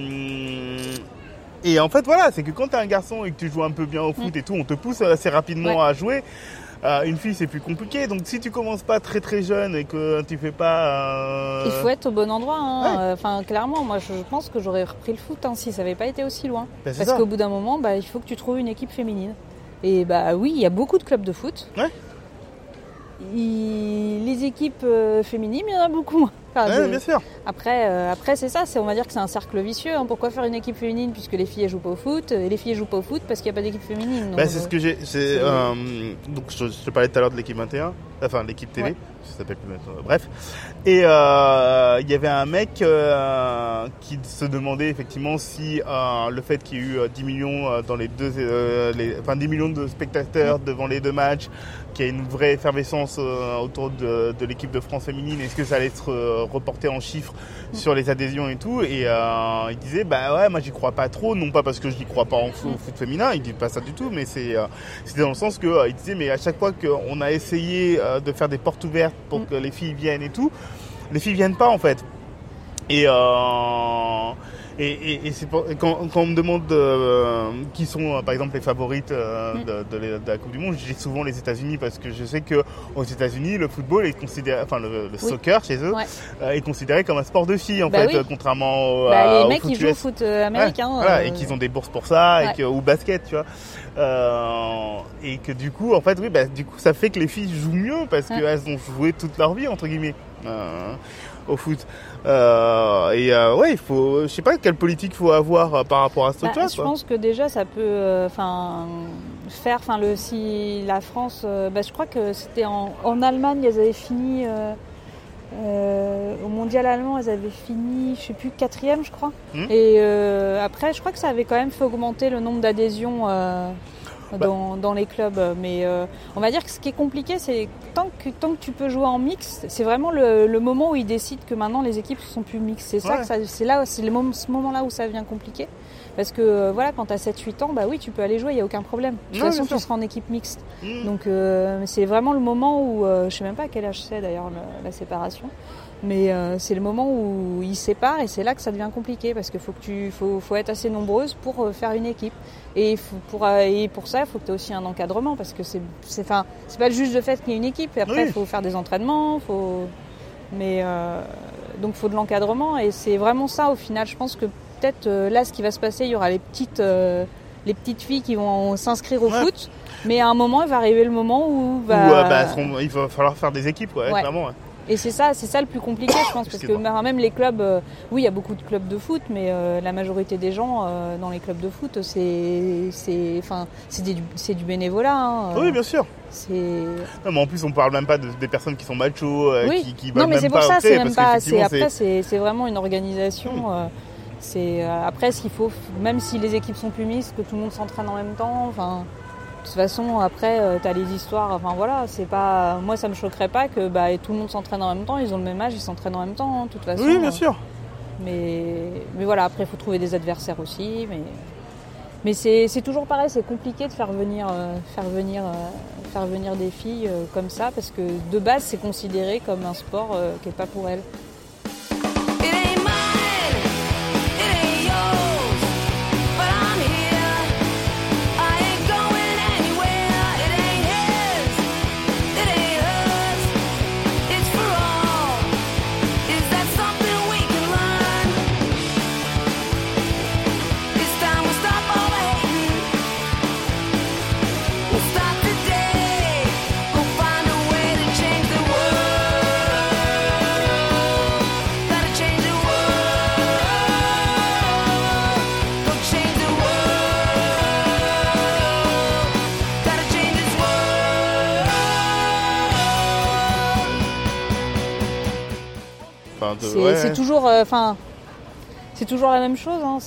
Speaker 2: en fait voilà, c'est que quand t'es un garçon et que tu joues un peu bien au foot et tout, on te pousse assez rapidement à jouer. Une fille, c'est plus compliqué. Donc, si tu commences pas très très jeune et que tu fais pas...
Speaker 1: Il faut être au bon endroit. Hein. Clairement, moi, je pense que j'aurais repris le foot si ça avait pas été aussi loin. Parce qu'au bout d'un moment, il faut que tu trouves une équipe féminine. Et oui, il y a beaucoup de clubs de foot. les équipes féminines, il y en a beaucoup moins.
Speaker 2: Ouais, bien sûr.
Speaker 1: Après c'est ça, on va dire que c'est un cercle vicieux. Hein. Pourquoi faire une équipe féminine puisque les filles elles jouent pas au foot, et les filles elles jouent pas au foot parce qu'il n'y a pas d'équipe féminine. Donc,
Speaker 2: C'est ce que j'ai. Donc je te parlais tout à l'heure de l'équipe 21, enfin l'équipe TV, ça s'appelle plus maintenant. Bref. Et il y avait un mec qui se demandait effectivement si le fait qu'il y ait eu 10 millions dans les deux, 10 millions de spectateurs devant les deux matchs, qu'il y a une vraie effervescence autour de l'équipe de France féminine, est-ce que ça allait être reporté en chiffres sur les adhésions et tout, et il disait moi j'y crois pas trop, non pas parce que je n'y crois pas au foot féminin, il dit pas ça du tout, mais c'était dans le sens que il disait mais à chaque fois qu'on a essayé de faire des portes ouvertes pour que les filles viennent et tout, les filles viennent pas en fait. Et c'est quand on me demande qui sont par exemple les favorites de la Coupe du Monde, je dis souvent les États-Unis parce que je sais que aux États-Unis le football est considéré, enfin le soccer chez eux est considéré comme un sport de filles en fait, contrairement
Speaker 1: les mecs
Speaker 2: au foot
Speaker 1: qui jouent au foot américain.
Speaker 2: Voilà, et qu'ils ont des bourses pour ça ou basket, tu vois. Et que du coup en fait du coup ça fait que les filles jouent mieux parce qu'elles ont joué toute leur vie entre guillemets au foot. Il faut, je sais pas quelle politique faut avoir par rapport à ce truc-là.
Speaker 1: Je pense que déjà ça peut, faire, si la France, je crois que c'était en Allemagne, elles avaient fini au mondial allemand, elles avaient fini, je sais plus, 4e, je crois. Et après, je crois que ça avait quand même fait augmenter le nombre d'adhésions. Dans les clubs, mais on va dire que ce qui est compliqué, c'est tant que tu peux jouer en mixte, c'est vraiment le moment où ils décident que maintenant les équipes sont plus mixtes. C'est ça, c'est ce moment-là où ça devient compliqué, parce que quand tu as 7-8 ans, tu peux aller jouer, il n'y a aucun problème. De toute façon, tu seras en équipe mixte. Donc c'est vraiment le moment où, je sais même pas à quel âge c'est d'ailleurs la séparation. Mais c'est le moment où ils se séparent et c'est là que ça devient compliqué parce qu'il faut être assez nombreuses pour faire une équipe. Et pour ça, il faut que tu aies aussi un encadrement parce que c'est pas juste le fait qu'il y ait une équipe. Et après, il faut faire des entraînements, donc il faut de l'encadrement et c'est vraiment ça au final. Je pense que peut-être là, ce qui va se passer, il y aura les petites filles qui vont s'inscrire au foot. Mais à un moment, il va arriver le moment où
Speaker 2: il va falloir faire des équipes, clairement. Ouais.
Speaker 1: Et c'est ça le plus compliqué, je pense, parce que même les clubs, il y a beaucoup de clubs de foot, mais la majorité des gens dans les clubs de foot, c'est du bénévolat.
Speaker 2: Oui, bien sûr. Non, mais en plus, on parle même pas des personnes qui sont machos, qui veulent même pas opter,
Speaker 1: c'est vraiment une organisation. Après, ce qu'il faut, même si les équipes sont plus mixtes, que tout le monde s'entraîne en même temps. De toute façon, après, t'as les histoires. Moi, ça me choquerait pas que tout le monde s'entraîne en même temps. Ils ont le même âge, ils s'entraînent en même temps. De toute façon.
Speaker 2: Oui, bien sûr.
Speaker 1: Mais voilà, après, il faut trouver des adversaires aussi. Mais c'est toujours pareil. C'est compliqué de faire venir des filles comme ça parce que de base, c'est considéré comme un sport qui est pas pour elles. C'est toujours, c'est toujours la même chose. Hein.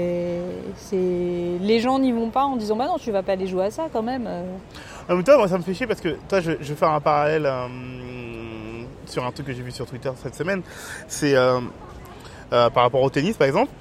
Speaker 1: Les gens n'y vont pas en disant non, tu vas pas aller jouer à ça quand même.
Speaker 2: Mais toi, moi, ça me fait chier parce que toi, je vais faire un parallèle sur un truc que j'ai vu sur Twitter cette semaine. C'est par rapport au tennis, par exemple,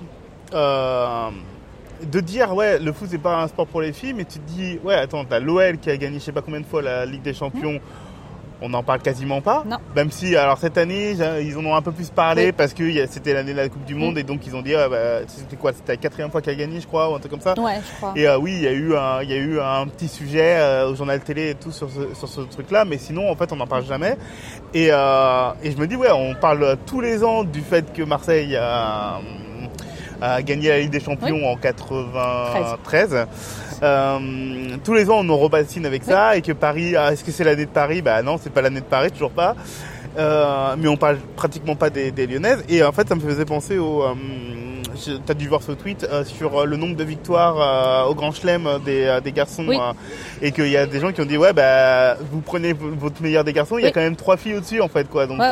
Speaker 2: de dire le foot c'est pas un sport pour les filles, mais tu te dis attends, t'as l'OL qui a gagné je sais pas combien de fois la Ligue des Champions. On n'en parle quasiment pas.
Speaker 1: Non.
Speaker 2: Même si, alors cette année, ils en ont un peu plus parlé parce que c'était l'année de la Coupe du Monde et donc ils ont dit, c'était quoi ? C'était la 4e fois qu'elle a gagné, je crois, ou un truc comme ça.
Speaker 1: Ouais, je crois.
Speaker 2: Et il y a eu un petit sujet au journal télé et tout sur ce truc-là, mais sinon, en fait, on n'en parle jamais. Et je me dis, on parle tous les ans du fait que Marseille a gagné la Ligue des Champions en 93. Tous les ans, on nous rebassine avec ça et que Paris, est-ce que c'est l'année de Paris? Bah non, c'est pas l'année de Paris, toujours pas. Mais on parle pratiquement pas des Lyonnaises. Et en fait, ça me faisait penser au... t'as dû voir ce tweet sur le nombre de victoires au Grand Chelem des garçons. Et qu'il y a des gens qui ont dit ouais bah vous prenez votre meilleur des garçons, il y a quand même 3 filles au-dessus en fait quoi. Donc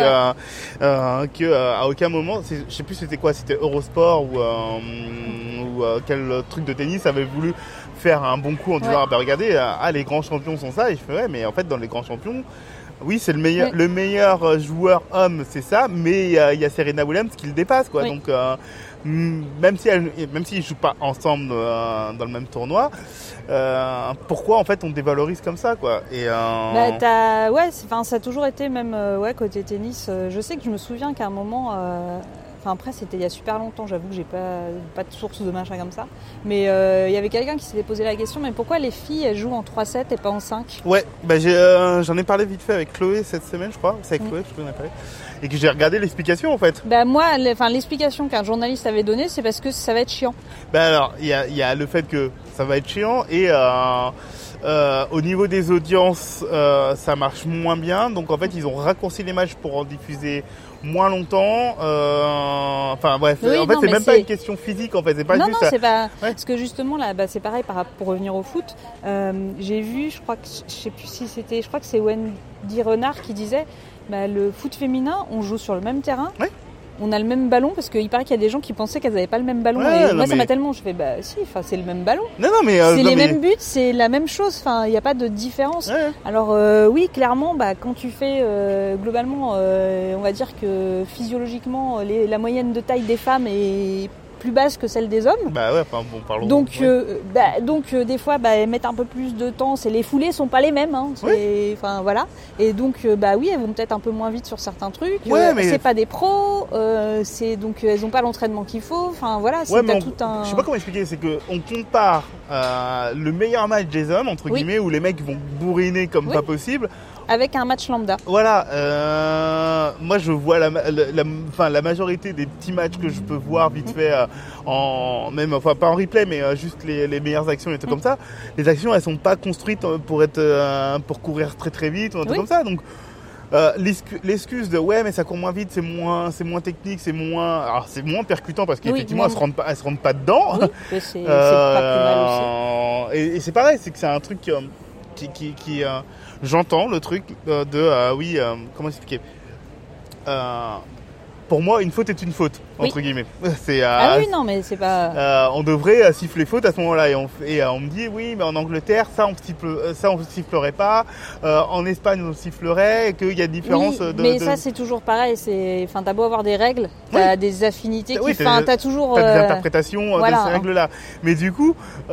Speaker 2: à aucun moment, je sais plus c'était quoi, c'était Eurosport ou quel truc de tennis avait voulu faire un bon coup en disant regardez les grands champions sont ça. Et je fais mais en fait dans les grands champions, oui, c'est le meilleur joueur homme, c'est ça, mais il y a Serena Williams qui le dépasse, quoi. Donc, même s'ils jouent pas ensemble dans le même tournoi, pourquoi en fait on dévalorise comme ça, quoi. Et
Speaker 1: ça a toujours été même côté tennis. Je sais que je me souviens qu'à un moment. Après, c'était il y a super longtemps, j'avoue que j'ai pas de source de machin comme ça. Mais il y avait quelqu'un qui s'était posé la question, mais pourquoi les filles elles jouent en 3-7 et pas en 5 ?
Speaker 2: Ouais, j'en ai parlé vite fait avec Chloé cette semaine, je crois. C'est avec Chloé, je peux en parler. Et que j'ai regardé l'explication en fait.
Speaker 1: Moi, l'explication qu'un journaliste avait donnée, c'est parce que ça va être chiant.
Speaker 2: Alors, il y a le fait que ça va être chiant et au niveau des audiences, ça marche moins bien. Donc en fait, ils ont raccourci les matchs pour en diffuser moins longtemps. C'est même pas une question physique en fait. C'est pas
Speaker 1: non,
Speaker 2: juste.
Speaker 1: Non, c'est pas. Parce que justement là, c'est pareil pour revenir au foot. J'ai vu, je crois que c'est Wendy Renard qui disait, le foot féminin, on joue sur le même terrain. Oui. On a le même ballon parce qu'il paraît qu'il y a des gens qui pensaient qu'elles n'avaient pas le même ballon. Ça m'a tellement. Je fais c'est le même ballon. C'est les mêmes buts, c'est la même chose. Il n'y a pas de différence. Ouais. Alors oui, clairement, quand tu fais globalement, on va dire que physiologiquement, la moyenne de taille des femmes est plus basse que celle des hommes.
Speaker 2: Parlons.
Speaker 1: Donc des fois mettre un peu plus de temps, les foulées sont pas les mêmes voilà. Et donc elles vont peut-être un peu moins vite sur certains trucs. C'est pas des pros, donc elles ont pas l'entraînement qu'il faut.
Speaker 2: Je sais pas comment expliquer, c'est que on compare le meilleur match des hommes entre guillemets où les mecs vont bourriner comme pas possible.
Speaker 1: Avec un match lambda.
Speaker 2: Voilà. Moi, je vois la majorité des petits matchs que je peux voir vite fait pas en replay, mais juste les meilleures actions et tout comme ça. Les actions, elles sont pas construites pour courir très très vite ou un truc comme ça. Donc l'excuse de mais ça court moins vite, c'est moins technique, c'est moins percutant parce qu'effectivement elles se rendent pas dedans.
Speaker 1: Oui, c'est pas plus mal aussi.
Speaker 2: Et c'est pareil, c'est que c'est un truc qui j'entends le truc comment expliquer, pour moi une faute est une faute entre guillemets. C'est
Speaker 1: non mais c'est pas
Speaker 2: on devrait siffler faute à ce moment-là et on me dit oui mais en Angleterre ça on sifflerait pas, en Espagne on sifflerait, et qu'il y a différence
Speaker 1: ça c'est toujours pareil, t'as beau avoir des règles, t'as des affinités t'as toujours
Speaker 2: des interprétations de ces règles là, mais du coup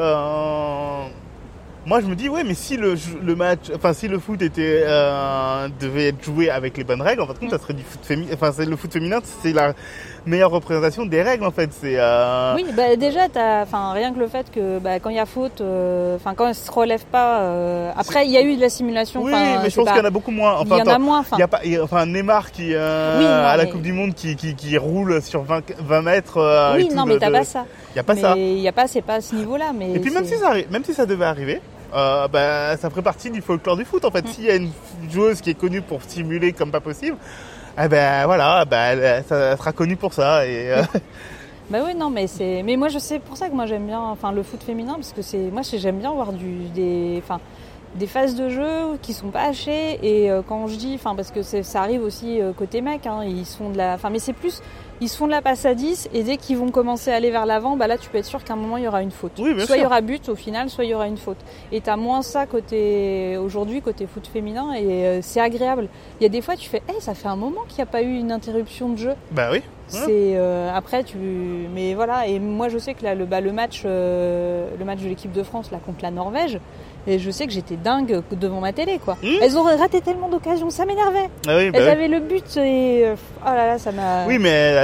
Speaker 2: moi je me dis mais si le match, si le foot devait être joué avec les bonnes règles, en fait compte ça serait du foot féminin. Le foot féminin c'est la meilleure représentation des règles en fait. C'est
Speaker 1: oui déjà rien que le fait que quand il y a faute, quand elle se relève pas. Après il y a eu de la simulation.
Speaker 2: Oui mais je pense qu'il y en a beaucoup moins.
Speaker 1: Il y en a moins.
Speaker 2: Il y a pas Neymar qui à la Coupe du Monde qui roule sur 20 mètres.
Speaker 1: Oui non mais t'as pas ça.
Speaker 2: Il y a pas ça.
Speaker 1: Il y a pas, c'est pas à ce niveau-là. Mais
Speaker 2: et puis même si ça devait arriver. Ça ferait partie du folklore du foot en fait. S'il y a une joueuse qui est connue pour simuler comme pas possible, ça sera connu pour ça. Et
Speaker 1: mais moi je sais pour ça que moi j'aime bien le foot féminin, parce que j'aime bien voir des phases de jeu qui sont pas hachées, et quand je dis parce que ça arrive aussi côté mec, ils se font de la mais c'est plus ils se font de la passe à 10, et dès qu'ils vont commencer à aller vers l'avant, là tu peux être sûr qu'à un moment il y aura une faute.
Speaker 2: Oui,
Speaker 1: soit il y aura but au final, soit il y aura une faute. Et t'as moins ça aujourd'hui côté foot féminin, et c'est agréable. Il y a des fois tu fais ça fait un moment qu'il n'y a pas eu une interruption de jeu.
Speaker 2: Bah oui.
Speaker 1: C'est après mais voilà, et moi je sais que là le match de l'équipe de France là contre la Norvège, et je sais que j'étais dingue devant ma télé quoi. Elles auraient raté tellement d'occasions, ça m'énervait.
Speaker 2: Ah oui,
Speaker 1: elles avaient le but, et oh là là, ça m'a.
Speaker 2: Oui mais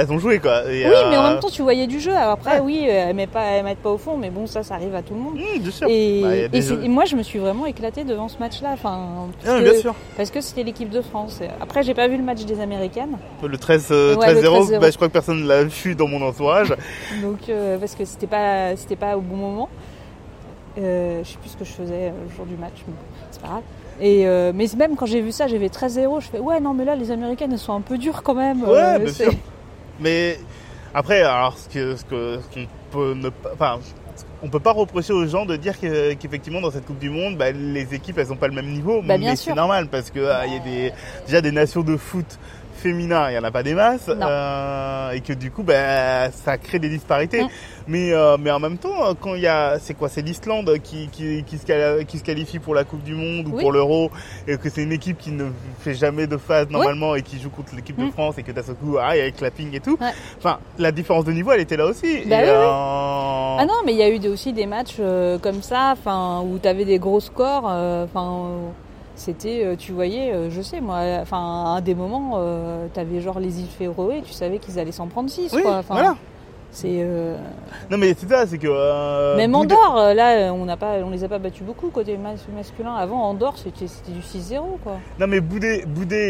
Speaker 2: elles ont joué quoi. Et,
Speaker 1: oui, mais en même temps, tu voyais du jeu. Alors après, oui, elles mettent pas au fond, mais bon, ça arrive à tout le monde.
Speaker 2: Bien sûr.
Speaker 1: Et moi, je me suis vraiment éclatée devant ce match-là.
Speaker 2: Bien sûr.
Speaker 1: Parce que c'était l'équipe de France. Après, j'ai pas vu le match des Américaines.
Speaker 2: Le 13-0, je crois que personne ne l'a vu dans mon entourage.
Speaker 1: Donc, parce que c'était pas au bon moment. Je sais plus ce que je faisais le jour du match, mais c'est pas grave. Mais même quand j'ai vu ça, j'avais 13-0, je fais ouais non mais là les Américaines elles sont un peu dures quand même.
Speaker 2: Ouais, bien sûr. Mais après, alors qu'on peut ne pas, enfin, on peut pas reprocher aux gens de dire qu'effectivement dans cette Coupe du Monde, les équipes elles ont pas le même niveau, mais c'est normal parce que il y a déjà des nations de foot féminin, il y en a pas des masses, et que du coup, ça crée des disparités. Mais en même temps, quand il y a, c'est l'Islande qui se qualifie pour la Coupe du Monde ou pour l'Euro, et que c'est une équipe qui ne fait jamais de phase normalement et qui joue contre l'équipe de France et que d'un seul coup, il y a le clapping et tout. Ouais. Enfin, la différence de niveau, elle était là aussi.
Speaker 1: Ah non, mais il y a eu aussi des matchs comme ça, où t'avais des gros scores, c'était, tu voyais, je sais moi, à un des moments, t'avais genre les îles Féroé, tu savais qu'ils allaient s'en prendre 6, quoi.
Speaker 2: Voilà.
Speaker 1: C'est.
Speaker 2: Non mais c'est ça, c'est que.
Speaker 1: Même Andorre, là, on les a pas battus beaucoup côté masculin. Avant Andorre, c'était du 6-0, quoi.
Speaker 2: Non mais bouder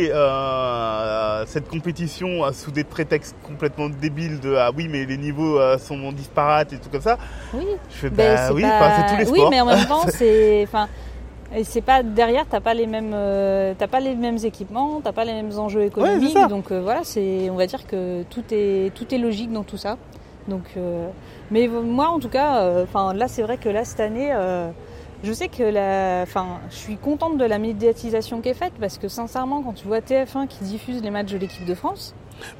Speaker 2: cette compétition sous des prétextes complètement débiles de oui mais les niveaux sont disparates et tout comme ça. Oui. Je fais c'est tous les sports.
Speaker 1: Oui, mais en même temps et c'est pas derrière, t'as pas les mêmes équipements, t'as pas les mêmes enjeux économiques, donc voilà, on va dire que tout est logique dans tout ça. Donc, mais moi en tout cas, là c'est vrai que là cette année, je sais que je suis contente de la médiatisation qui est faite parce que sincèrement, quand tu vois TF1 qui diffuse les matchs de l'équipe de France.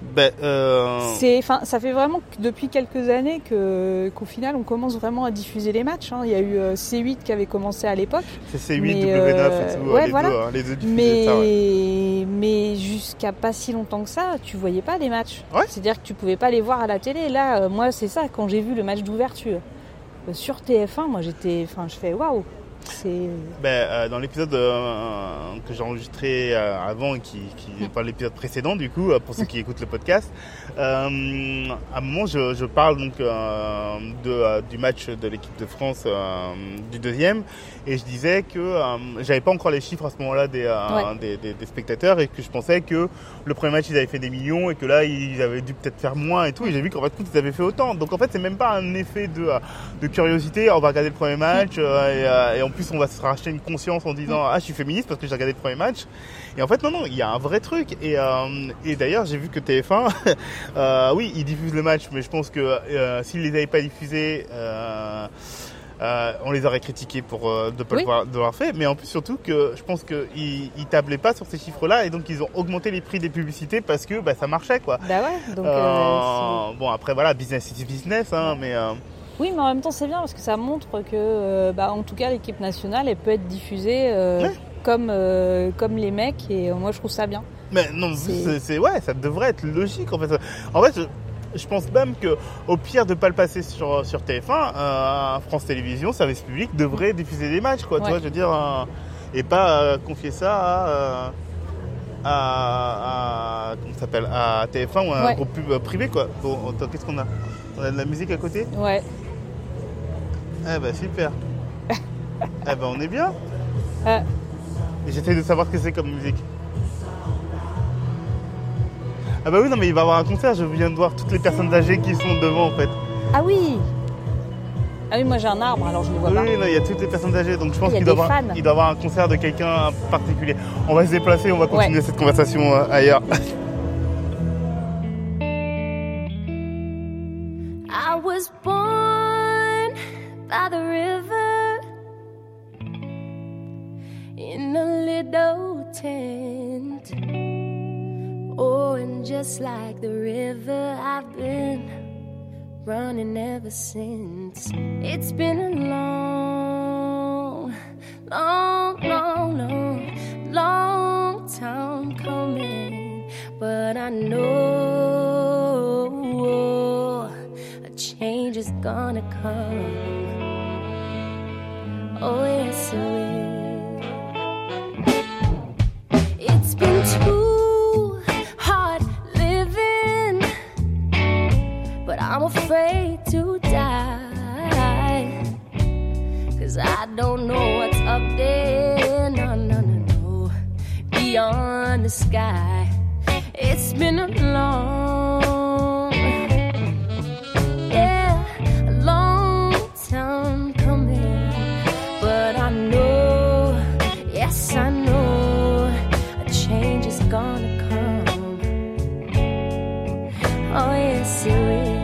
Speaker 1: Ça fait vraiment depuis quelques années qu'au final on commence vraiment à diffuser les matchs. Il y a eu C8 qui avait commencé à l'époque.
Speaker 2: C'est C8, W9 et tout, les deux diffusaient ça.
Speaker 1: Mais jusqu'à pas si longtemps que ça, tu voyais pas les matchs.
Speaker 2: Ouais.
Speaker 1: C'est-à-dire que tu pouvais pas les voir à la télé. Là, moi c'est ça, quand j'ai vu le match d'ouverture sur TF1, moi je fais waouh.
Speaker 2: Dans l'épisode que j'ai enregistré avant, qui n'est pas l'épisode précédent du coup, pour ceux qui écoutent le podcast, à un moment je parle donc du match de l'équipe de France du deuxième, et je disais que j'avais pas encore les chiffres à ce moment-là des spectateurs, et que je pensais que le premier match ils avaient fait des millions et que là ils avaient dû peut-être faire moins et tout, et j'ai vu qu'en fait ils avaient fait autant. Donc en fait c'est même pas un effet de curiosité, on va regarder le premier match et en plus on va se racheter une conscience en disant je suis féministe parce que j'ai regardé le premier match. Et en fait non, il y a un vrai truc, et d'ailleurs j'ai vu que TF1 oui ils diffusent le match, mais je pense que s'ils les avaient pas diffusés on les aurait critiqués pour de pas l'avoir fait, mais en plus surtout que je pense qu'ils tablaient pas sur ces chiffres-là, et donc ils ont augmenté les prix des publicités parce que ça marchait, quoi.
Speaker 1: Donc
Speaker 2: bon après voilà, business is business, mais
Speaker 1: oui, mais en même temps c'est bien parce que ça montre que en tout cas l'équipe nationale elle peut être diffusée comme les mecs, et moi je trouve ça bien.
Speaker 2: Mais non, ça devrait être logique en fait. En fait, je pense même que au pire de pas le passer sur TF1, France Télévisions, service public devrait diffuser des matchs, quoi. Tu vois, je veux dire, et pas confier ça à comment ça s'appelle, à TF1 ou à un groupe privé, quoi. Bon, qu'est-ce qu'on a? On a de la musique à côté? Ouais. Super. On est bien. Et j'essaie de savoir ce que c'est comme musique. Ah oui, non mais il va y avoir un concert, je viens de voir toutes les personnes âgées qui sont devant en fait.
Speaker 1: Ah oui, moi j'ai un arbre, alors je ne le vois pas.
Speaker 2: Oui, non, il y a toutes les personnes âgées, donc je pense qu'il doit y avoir un concert de quelqu'un en particulier. On va se déplacer, on va continuer cette conversation ailleurs.
Speaker 4: I was born by the river in a little tent. Oh, and just like the river, I've been running ever since. It's been a long, long, long, long, long time coming, but I know a change is gonna come. Oh, yes, it will. It's been too hard living I'm afraid to die, 'cause I don't know what's up there, no, beyond the sky. It's been a long, yeah, a long time coming, but I know, yes I know, a change is gonna come. Oh yes it will.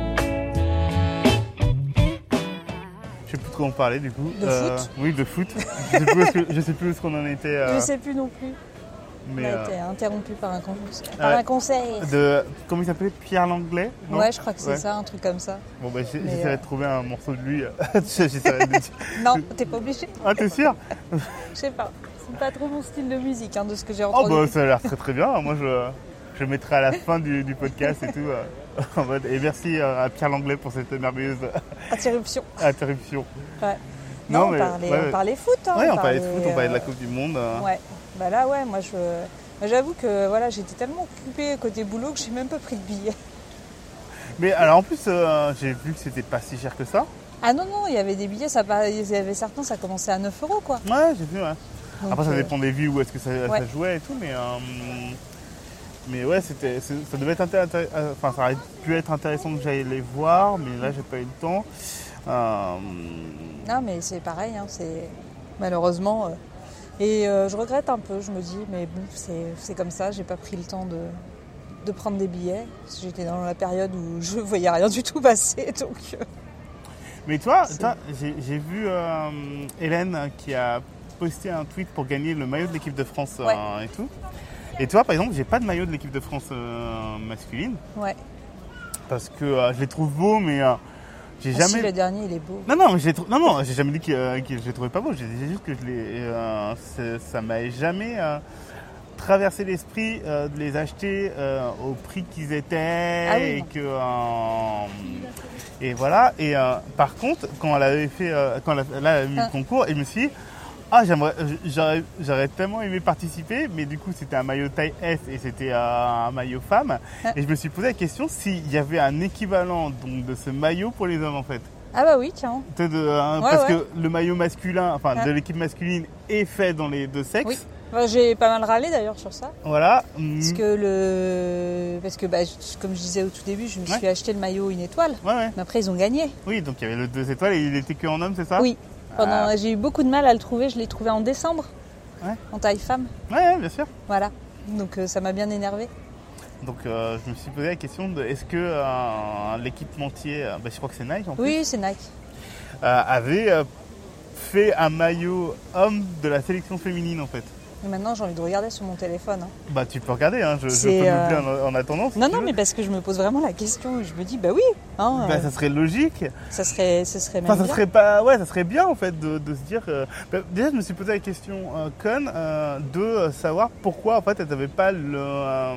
Speaker 2: Je sais plus de quoi on parlait du coup.
Speaker 1: De foot.
Speaker 2: Oui, de foot. Je sais plus où est-ce qu'on en était.
Speaker 1: Je sais plus non plus.
Speaker 2: Mais,
Speaker 1: On a été interrompu par un conseil.
Speaker 2: Comment il s'appelait, Pierre Langlais, non?
Speaker 1: Ouais, je crois que c'est
Speaker 2: Ouais.
Speaker 1: ça, un truc comme ça.
Speaker 2: Bon, bah, j'essaierai de trouver un morceau de lui. J'essaierai de dire.
Speaker 1: Non, t'es pas obligé.
Speaker 2: Ah, t'es sûr?
Speaker 1: Je sais pas. C'est pas trop mon style de musique, de ce que j'ai
Speaker 2: Oh,
Speaker 1: entendu.
Speaker 2: bah, ça a l'air très très bien. Moi, je mettrai à la fin du podcast et tout. En mode, et merci à Pierre Langlais pour cette merveilleuse
Speaker 1: Interruption.
Speaker 2: interruption.
Speaker 1: Ouais.
Speaker 2: Non,
Speaker 1: Non,
Speaker 2: mais-
Speaker 1: on parlait foot.
Speaker 2: Ouais, on parlait de foot, on parlait de la Coupe du Monde.
Speaker 1: Ouais. Bah là, ouais, moi, j'avoue que voilà, j'étais tellement occupée côté boulot que j'ai même pas pris de billets.
Speaker 2: Mais alors en plus, j'ai vu que c'était pas si cher que ça.
Speaker 1: Ah non, il y avait des billets, il y avait certains, ça commençait à 9 € quoi.
Speaker 2: Ouais, j'ai vu, ouais.
Speaker 1: Donc,
Speaker 2: Après, ça dépend des villes où est-ce que ça jouait et tout, mais ouais, ça devait être enfin, ça aurait pu être intéressant que j'aille les voir, mais là, j'ai pas eu le temps.
Speaker 1: Non, mais c'est pareil, c'est malheureusement. Et je regrette un peu, je me dis, mais bon, c'est comme ça, j'ai pas pris le temps de prendre des billets. Parce que j'étais dans la période où je voyais rien du tout passer, donc.
Speaker 2: Mais toi, j'ai vu Hélène qui a posté un tweet pour gagner le maillot de l'équipe de France et tout. Et toi, par exemple, j'ai pas de maillot de l'équipe de France masculine.
Speaker 1: Ouais.
Speaker 2: Parce que je les trouve beaux, mais j'ai
Speaker 1: Ah,
Speaker 2: jamais.
Speaker 1: si, le dernier, il est beau.
Speaker 2: Non, j'ai jamais dit que je les trouvais pas beaux. J'ai dit juste que ça m'avait jamais traversé l'esprit de les acheter au prix qu'ils étaient.
Speaker 1: Ah oui,
Speaker 2: Et
Speaker 1: non.
Speaker 2: que et voilà. Et par contre, quand elle avait fait, quand elle a mis le concours, je me suis dit, j'aurais tellement aimé participer, mais du coup c'était un maillot taille S et c'était un maillot femme. Et je me suis posé la question s'il y avait un équivalent donc, de ce maillot pour les hommes en fait.
Speaker 1: Ah bah oui, tiens.
Speaker 2: Parce que le maillot masculin, de l'équipe masculine est fait dans les deux sexes.
Speaker 1: Oui. Bah, j'ai pas mal râlé d'ailleurs sur ça.
Speaker 2: Voilà.
Speaker 1: Parce que comme je disais au tout début, je me suis acheté le maillot une étoile.
Speaker 2: Ouais.
Speaker 1: Mais après, ils ont gagné.
Speaker 2: Oui, donc il y avait le 2 étoiles et il était que en homme, c'est ça?
Speaker 1: Oui. J'ai eu beaucoup de mal à le trouver. Je l'ai trouvé en décembre.
Speaker 2: Ouais.
Speaker 1: En taille femme.
Speaker 2: Ouais, bien sûr.
Speaker 1: Voilà. Donc ça m'a bien énervé.
Speaker 2: Donc je me suis posé la question de est-ce que l'équipementier, je crois que c'est Nike en plus,
Speaker 1: Oui, c'est Nike.
Speaker 2: avait fait un maillot homme de la sélection féminine en fait.
Speaker 1: Et maintenant, j'ai envie de regarder sur mon téléphone.
Speaker 2: Bah tu peux regarder, je peux
Speaker 1: C'est,
Speaker 2: meubler en attendant. Si
Speaker 1: Non,
Speaker 2: tu
Speaker 1: non,
Speaker 2: veux.
Speaker 1: mais parce que je me pose vraiment la question. Je me dis, bah oui.
Speaker 2: Ça serait logique.
Speaker 1: Ça serait même
Speaker 2: Ça
Speaker 1: bien.
Speaker 2: serait ça serait bien en fait de se dire. Déjà, je me suis posé la question de savoir pourquoi en fait elles n'avaient pas le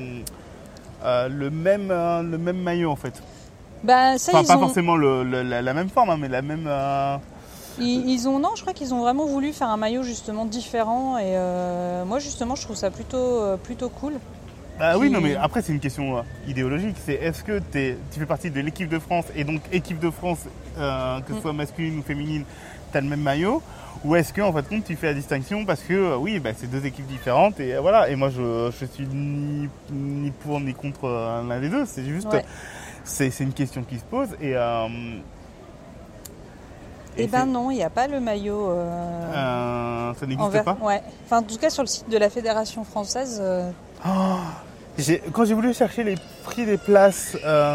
Speaker 2: même maillot en fait.
Speaker 1: Bah ça,
Speaker 2: Enfin,
Speaker 1: ils
Speaker 2: pas
Speaker 1: ont...
Speaker 2: forcément la même forme, mais la même.
Speaker 1: je crois qu'ils ont vraiment voulu faire un maillot justement différent. Et moi, justement, je trouve ça plutôt cool.
Speaker 2: Bah oui, non, mais après, c'est une question idéologique. C'est est-ce que tu fais partie de l'équipe de France et donc équipe de France, que ce soit masculine ou féminine, tu as le même maillot? Ou est-ce que en fait compte tu fais la distinction parce que c'est deux équipes différentes et voilà. Et moi je suis ni pour ni contre l'un des deux. C'est juste c'est une question qui se pose et
Speaker 1: non, il n'y a pas le maillot.
Speaker 2: Ça n'existe pas.
Speaker 1: Ouais. Enfin, en tout cas sur le site de la Fédération française.
Speaker 2: Quand j'ai voulu chercher les prix des places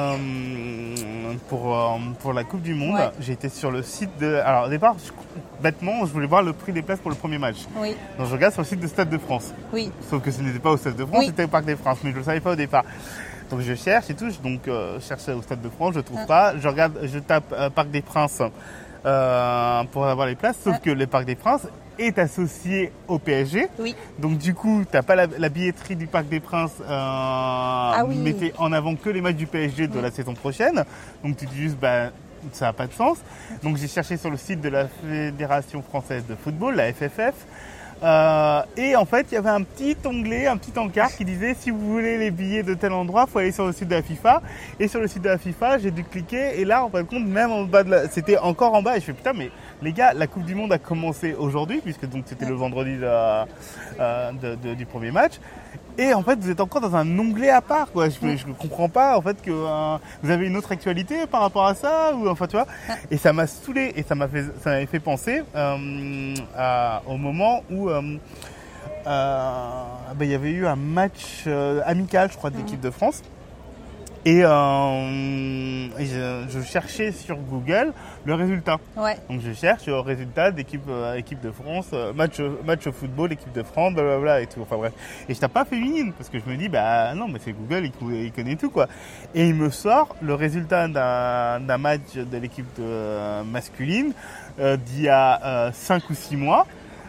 Speaker 2: pour la Coupe du Monde, j'ai été sur le site de... Alors au départ, bêtement, je voulais voir le prix des places pour le premier match.
Speaker 1: Oui.
Speaker 2: Donc je regarde sur le site de Stade de France.
Speaker 1: Oui.
Speaker 2: Sauf que ce n'était pas au Stade de France, c'était au Parc des Princes, mais je ne le savais pas au départ. Donc je cherche et tout, je cherche au Stade de France, je ne trouve pas. Je tape Parc des Princes pour avoir les places, sauf que le Parc des Princes est associé au PSG.
Speaker 1: Oui.
Speaker 2: Donc du coup, tu n'as pas la billetterie du Parc des Princes mettez en avant que les matchs du PSG de la saison prochaine. Donc tu dis juste, ça n'a pas de sens. Donc j'ai cherché sur le site de la Fédération française de football, la FFF. Et en fait, il y avait un petit onglet, un petit encart qui disait si vous voulez les billets de tel endroit, il faut aller sur le site de la FIFA. Et sur le site de la FIFA, j'ai dû cliquer. Et là, en fin de compte, même en bas c'était encore en bas. Et je fais putain, mais les gars, la Coupe du Monde a commencé aujourd'hui, puisque donc c'était le vendredi du premier match. Et en fait, vous êtes encore dans un onglet à part, quoi. Je ne comprends pas, en fait, que vous avez une autre actualité par rapport à ça, ou enfin, tu vois. Et ça m'a saoulé, et ça m'avait fait penser au moment où il y avait eu un match amical, je crois, de l'équipe de France. Et je cherchais sur Google le résultat.
Speaker 1: Ouais.
Speaker 2: Donc je cherche le résultat d'équipe équipe de France, match au football, équipe de France, blablabla et tout. Enfin bref. Et je tape pas féminine parce que je me dis bah non mais c'est Google, il connaît tout quoi. Et il me sort le résultat d'un match de l'équipe masculine d'il y a 5 ou 6 mois.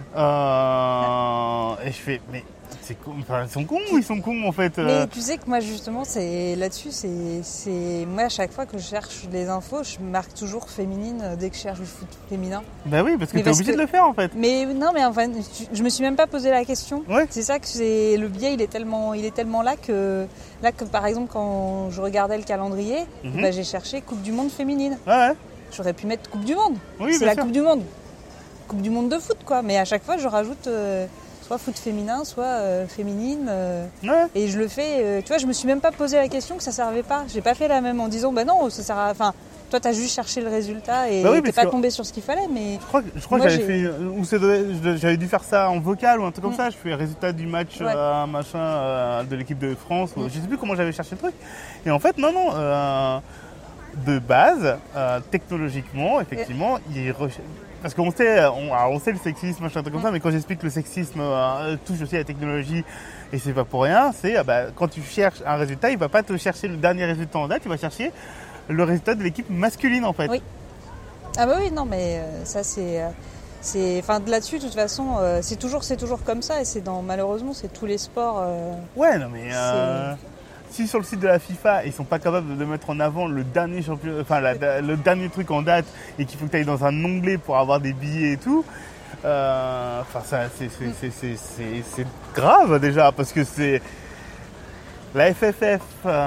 Speaker 2: Et je fais mais c'est con, enfin, ils sont cons ou ils sont cons en fait
Speaker 1: Mais tu sais que moi justement c'est là-dessus moi à chaque fois que je cherche des infos je marque toujours féminine dès que je cherche du foot féminin.
Speaker 2: Bah oui parce que t'es obligé de le faire en fait.
Speaker 1: Mais non mais enfin je me suis même pas posé la question.
Speaker 2: Ouais.
Speaker 1: C'est ça que le biais il est tellement là que par exemple quand je regardais le calendrier bah, j'ai cherché Coupe du Monde féminine.
Speaker 2: Ouais.
Speaker 1: J'aurais pu mettre Coupe du Monde.
Speaker 2: Oui,
Speaker 1: c'est la
Speaker 2: sûr.
Speaker 1: Coupe du Monde. Coupe du Monde de foot quoi. Mais à chaque fois je rajoute soit foot féminin, soit féminine.
Speaker 2: Ouais.
Speaker 1: Et je le fais, tu vois, je me suis même pas posé la question que ça servait pas. J'ai pas fait la même en disant, bah non, ça sert à... Enfin, toi, t'as juste cherché le résultat et t'es pas tombé sur ce qu'il fallait, mais...
Speaker 2: Je crois que j'avais fait... j'avais dû faire ça en vocal ou un truc comme ça. Je fais le résultat du match de l'équipe de France. Je sais plus comment j'avais cherché le truc. Et en fait, non. De base, technologiquement, effectivement, parce qu'on sait, on sait le sexisme, machin, truc comme ça, mais quand j'explique que le sexisme touche aussi à la technologie, et c'est pas pour rien, c'est quand tu cherches un résultat, il va pas te chercher le dernier résultat en date, il va chercher le résultat de l'équipe masculine en fait.
Speaker 1: Oui. Ah bah oui, non, mais ça c'est enfin là-dessus, de toute façon, c'est toujours comme ça, et malheureusement, c'est tous les sports.
Speaker 2: Ouais, non mais. Si sur le site de la FIFA, ils sont pas capables de mettre en avant le dernier championnat, enfin le dernier truc en date et qu'il faut que tu ailles dans un onglet pour avoir des billets et tout, enfin ça c'est grave déjà parce que c'est la FFF,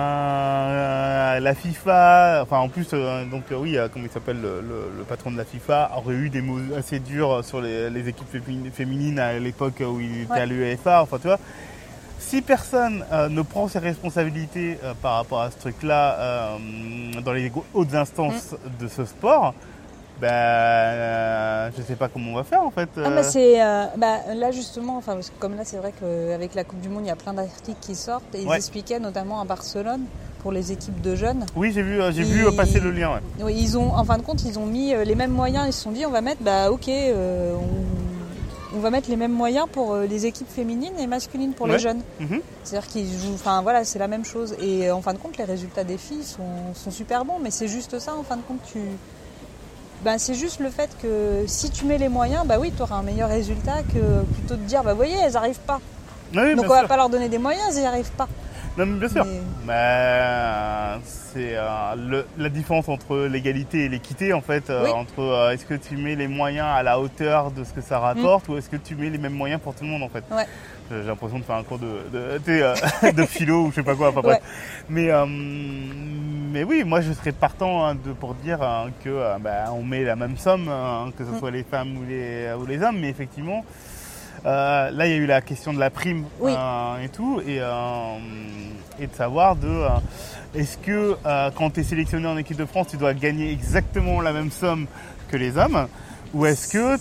Speaker 2: la FIFA, enfin en plus comment il s'appelle le patron de la FIFA aurait eu des mots assez durs sur les équipes féminines à l'époque où il était à l'UEFA, enfin tu vois. Si personne ne prend ses responsabilités par rapport à ce truc-là dans les hautes instances de ce sport, je sais pas comment on va faire en fait.
Speaker 1: Là justement, enfin parce que comme là c'est vrai qu'avec la Coupe du Monde il y a plein d'articles qui sortent et ils expliquaient notamment à Barcelone pour les équipes de jeunes.
Speaker 2: Oui j'ai vu passer le lien. Ouais.
Speaker 1: Oui, ils ont en fin de compte ils ont mis les mêmes moyens, ils se sont dit on va mettre on va mettre les mêmes moyens pour les équipes féminines et masculines pour les jeunes. C'est-à-dire qu'ils jouent, enfin voilà, c'est la même chose. Et en fin de compte, les résultats des filles sont super bons, mais c'est juste ça, en fin de compte, c'est juste le fait que si tu mets les moyens, tu auras un meilleur résultat que plutôt de dire, vous voyez, elles n'arrivent pas.
Speaker 2: Oui,
Speaker 1: donc on va pas leur donner des moyens, elles n'y arrivent pas.
Speaker 2: Non, mais bien sûr. C'est la différence entre l'égalité et l'équité en fait. Entre est-ce que tu mets les moyens à la hauteur de ce que ça rapporte ou est-ce que tu mets les mêmes moyens pour tout le monde en fait. Ouais. J'ai l'impression de faire un cours de philo ou je sais pas quoi. Enfin, bref. Mais oui, moi je serais partant pour dire que on met la même somme, que ce soit les femmes ou les hommes, mais effectivement. Là, il y a eu la question de la prime et tout, et de savoir est-ce que quand tu es sélectionné en équipe de France, tu dois gagner exactement la même somme que les hommes, ou est-ce que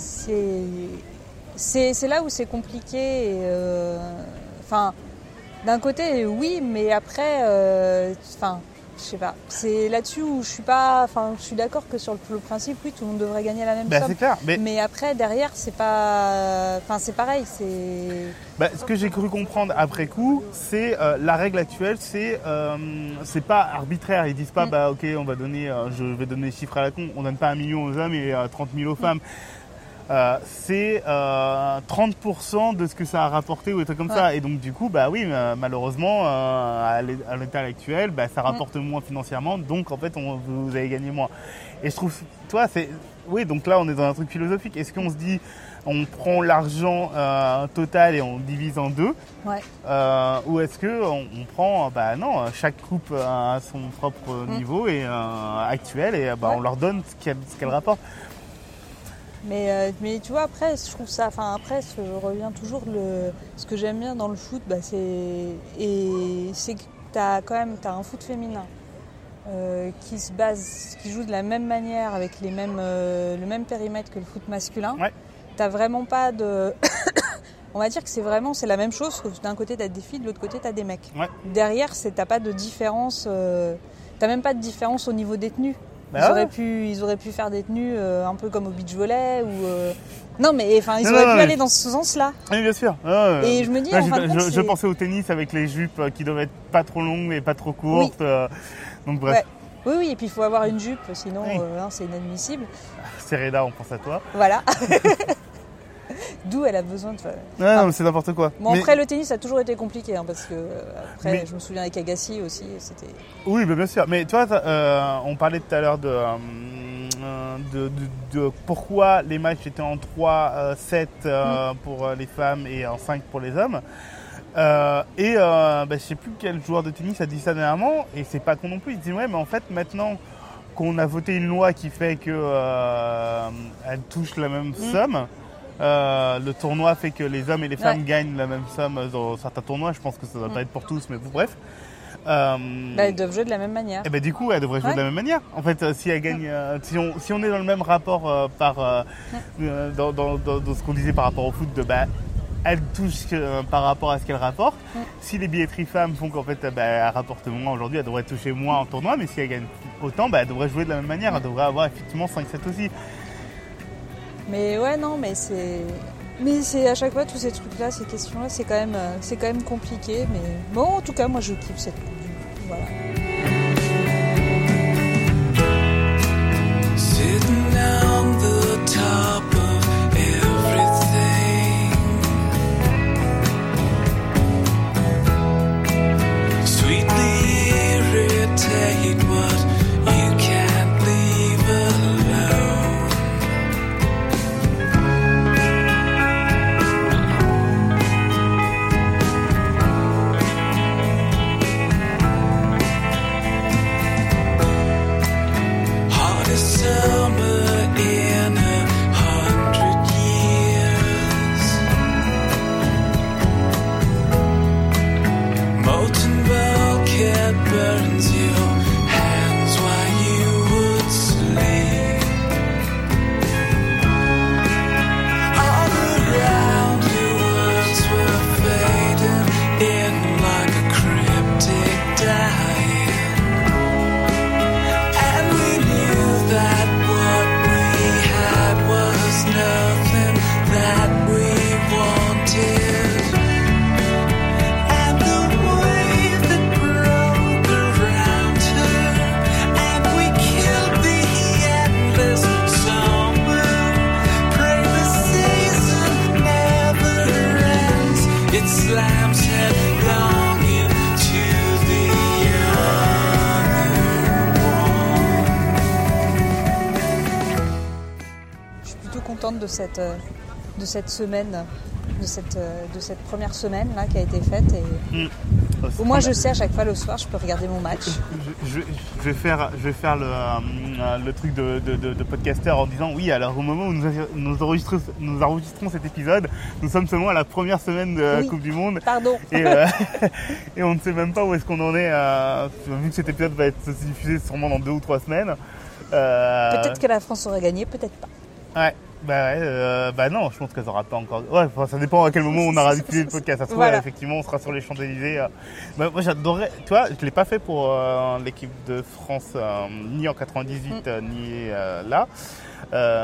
Speaker 1: c'est là où c'est compliqué. Enfin, d'un côté, oui, mais après, je sais pas. C'est là-dessus où je suis pas. Enfin, je suis d'accord que sur le principe, oui, tout le monde devrait gagner la même somme.
Speaker 2: C'est clair. Mais
Speaker 1: après, derrière, c'est pas. Enfin, c'est pareil.
Speaker 2: Ce que j'ai cru comprendre après coup, c'est la règle actuelle, c'est pas arbitraire. Ils disent pas, ok, on va donner. Je vais donner des chiffres à la con. On donne pas 1 million aux hommes et 30 000 aux femmes. c'est 30% de ce que ça a rapporté ou des trucs comme ça. Et donc du coup, bah oui, malheureusement, à l'état actuel, bah, ça rapporte moins financièrement, donc en fait, vous avez gagné moins. Et je trouve, toi, oui, donc là, on est dans un truc philosophique. Est-ce qu'on se dit, on prend l'argent total et on divise en deux, ou est-ce que on prend, bah non, chaque couple a son propre niveau et actuel et on leur donne ce qu'elle rapporte.
Speaker 1: Mais tu vois, après, je trouve ça. Enfin, après, je reviens toujours. Ce que j'aime bien dans le foot, bah, c'est que t'as un foot féminin qui joue de la même manière avec le même périmètre que le foot masculin. Ouais. T'as vraiment pas de. On va dire que c'est la même chose. Que d'un côté, t'as des filles, de l'autre côté, t'as des mecs. Ouais. Derrière, t'as pas de différence. T'as même pas de différence au niveau des tenues. Ils auraient pu faire des tenues un peu comme au beach volley ou non mais enfin ils auraient pu aller dans ce sens-là.
Speaker 2: Oui, bien sûr.
Speaker 1: Et je me dis
Speaker 2: je pensais au tennis avec les jupes qui doivent être pas trop longues et pas trop courtes. Oui. Donc bref.
Speaker 1: Ouais. Oui, et puis il faut avoir une jupe sinon c'est inadmissible.
Speaker 2: Serena, on pense à toi.
Speaker 1: Voilà. D'où elle a besoin de faire.
Speaker 2: Non, mais c'est n'importe quoi.
Speaker 1: Bon, après, le tennis a toujours été compliqué, parce que après, je me souviens avec Agassi aussi, c'était.
Speaker 2: Oui, bien sûr. Mais toi, on parlait tout à l'heure de pourquoi les matchs étaient en 3-7 pour les femmes et en 5 pour les hommes. Je sais plus quel joueur de tennis a dit ça dernièrement, et c'est pas con non plus. Il dit ouais, mais en fait, maintenant qu'on a voté une loi qui fait que elle touche la même somme. Le tournoi fait que les hommes et les femmes gagnent la même somme dans certains tournois. Je pense que ça ne doit pas être pour tous, mais bref.
Speaker 1: Elles doivent jouer de la même manière.
Speaker 2: Et du coup, elles devraient jouer de la même manière. En fait, si elles gagnent, si on est dans le même rapport dans ce qu'on disait par rapport au foot, elles touchent par rapport à ce qu'elles rapportent. Si les billetteries femmes font qu'en fait, elles rapportent moins aujourd'hui, elles devraient toucher moins en tournoi. Mais si elles gagnent autant, elles devraient jouer de la même manière. Elles devraient avoir effectivement 5-7 aussi. Mais
Speaker 1: c'est à chaque fois tous ces trucs-là, ces questions-là, c'est quand même compliqué. Mais bon, en tout cas, moi, je kiffe cette coupe du monde. Voilà.
Speaker 3: Sitting on the top of everything, sweetly irritate what you can't leave alone. Summer in 100 years, molten bulkhead burns your hands while you would sleep. All around your words were fading in like a cryptic dying. That what we had was nothing that we wanted, and the wave that broke around her, and we killed the endless summer. Pray the season never ends. It slams headlong into the
Speaker 1: contente de cette semaine, de cette première semaine là qui a été faite et au moins je sais à chaque fois le soir je peux regarder mon match.
Speaker 2: Je vais faire le truc de podcasteur en disant oui, alors au moment où nous enregistrons cet épisode, nous sommes seulement à la première semaine de la Coupe du Monde.
Speaker 1: Pardon.
Speaker 2: Et on ne sait même pas où est-ce qu'on en est vu que cet épisode va être diffusé sûrement dans 2 ou 3 semaines.
Speaker 1: Peut-être que la France aura gagné, peut-être pas.
Speaker 2: Ouais. Non, je pense qu'elle n'aura pas encore. Ouais, ça dépend à quel moment on aura diffusé le podcast. Ça se trouve, effectivement, on sera sur les Champs-Élysées. Moi, j'adorerais. Tu vois, je l'ai pas fait pour l'équipe de France, ni en 98, ni là.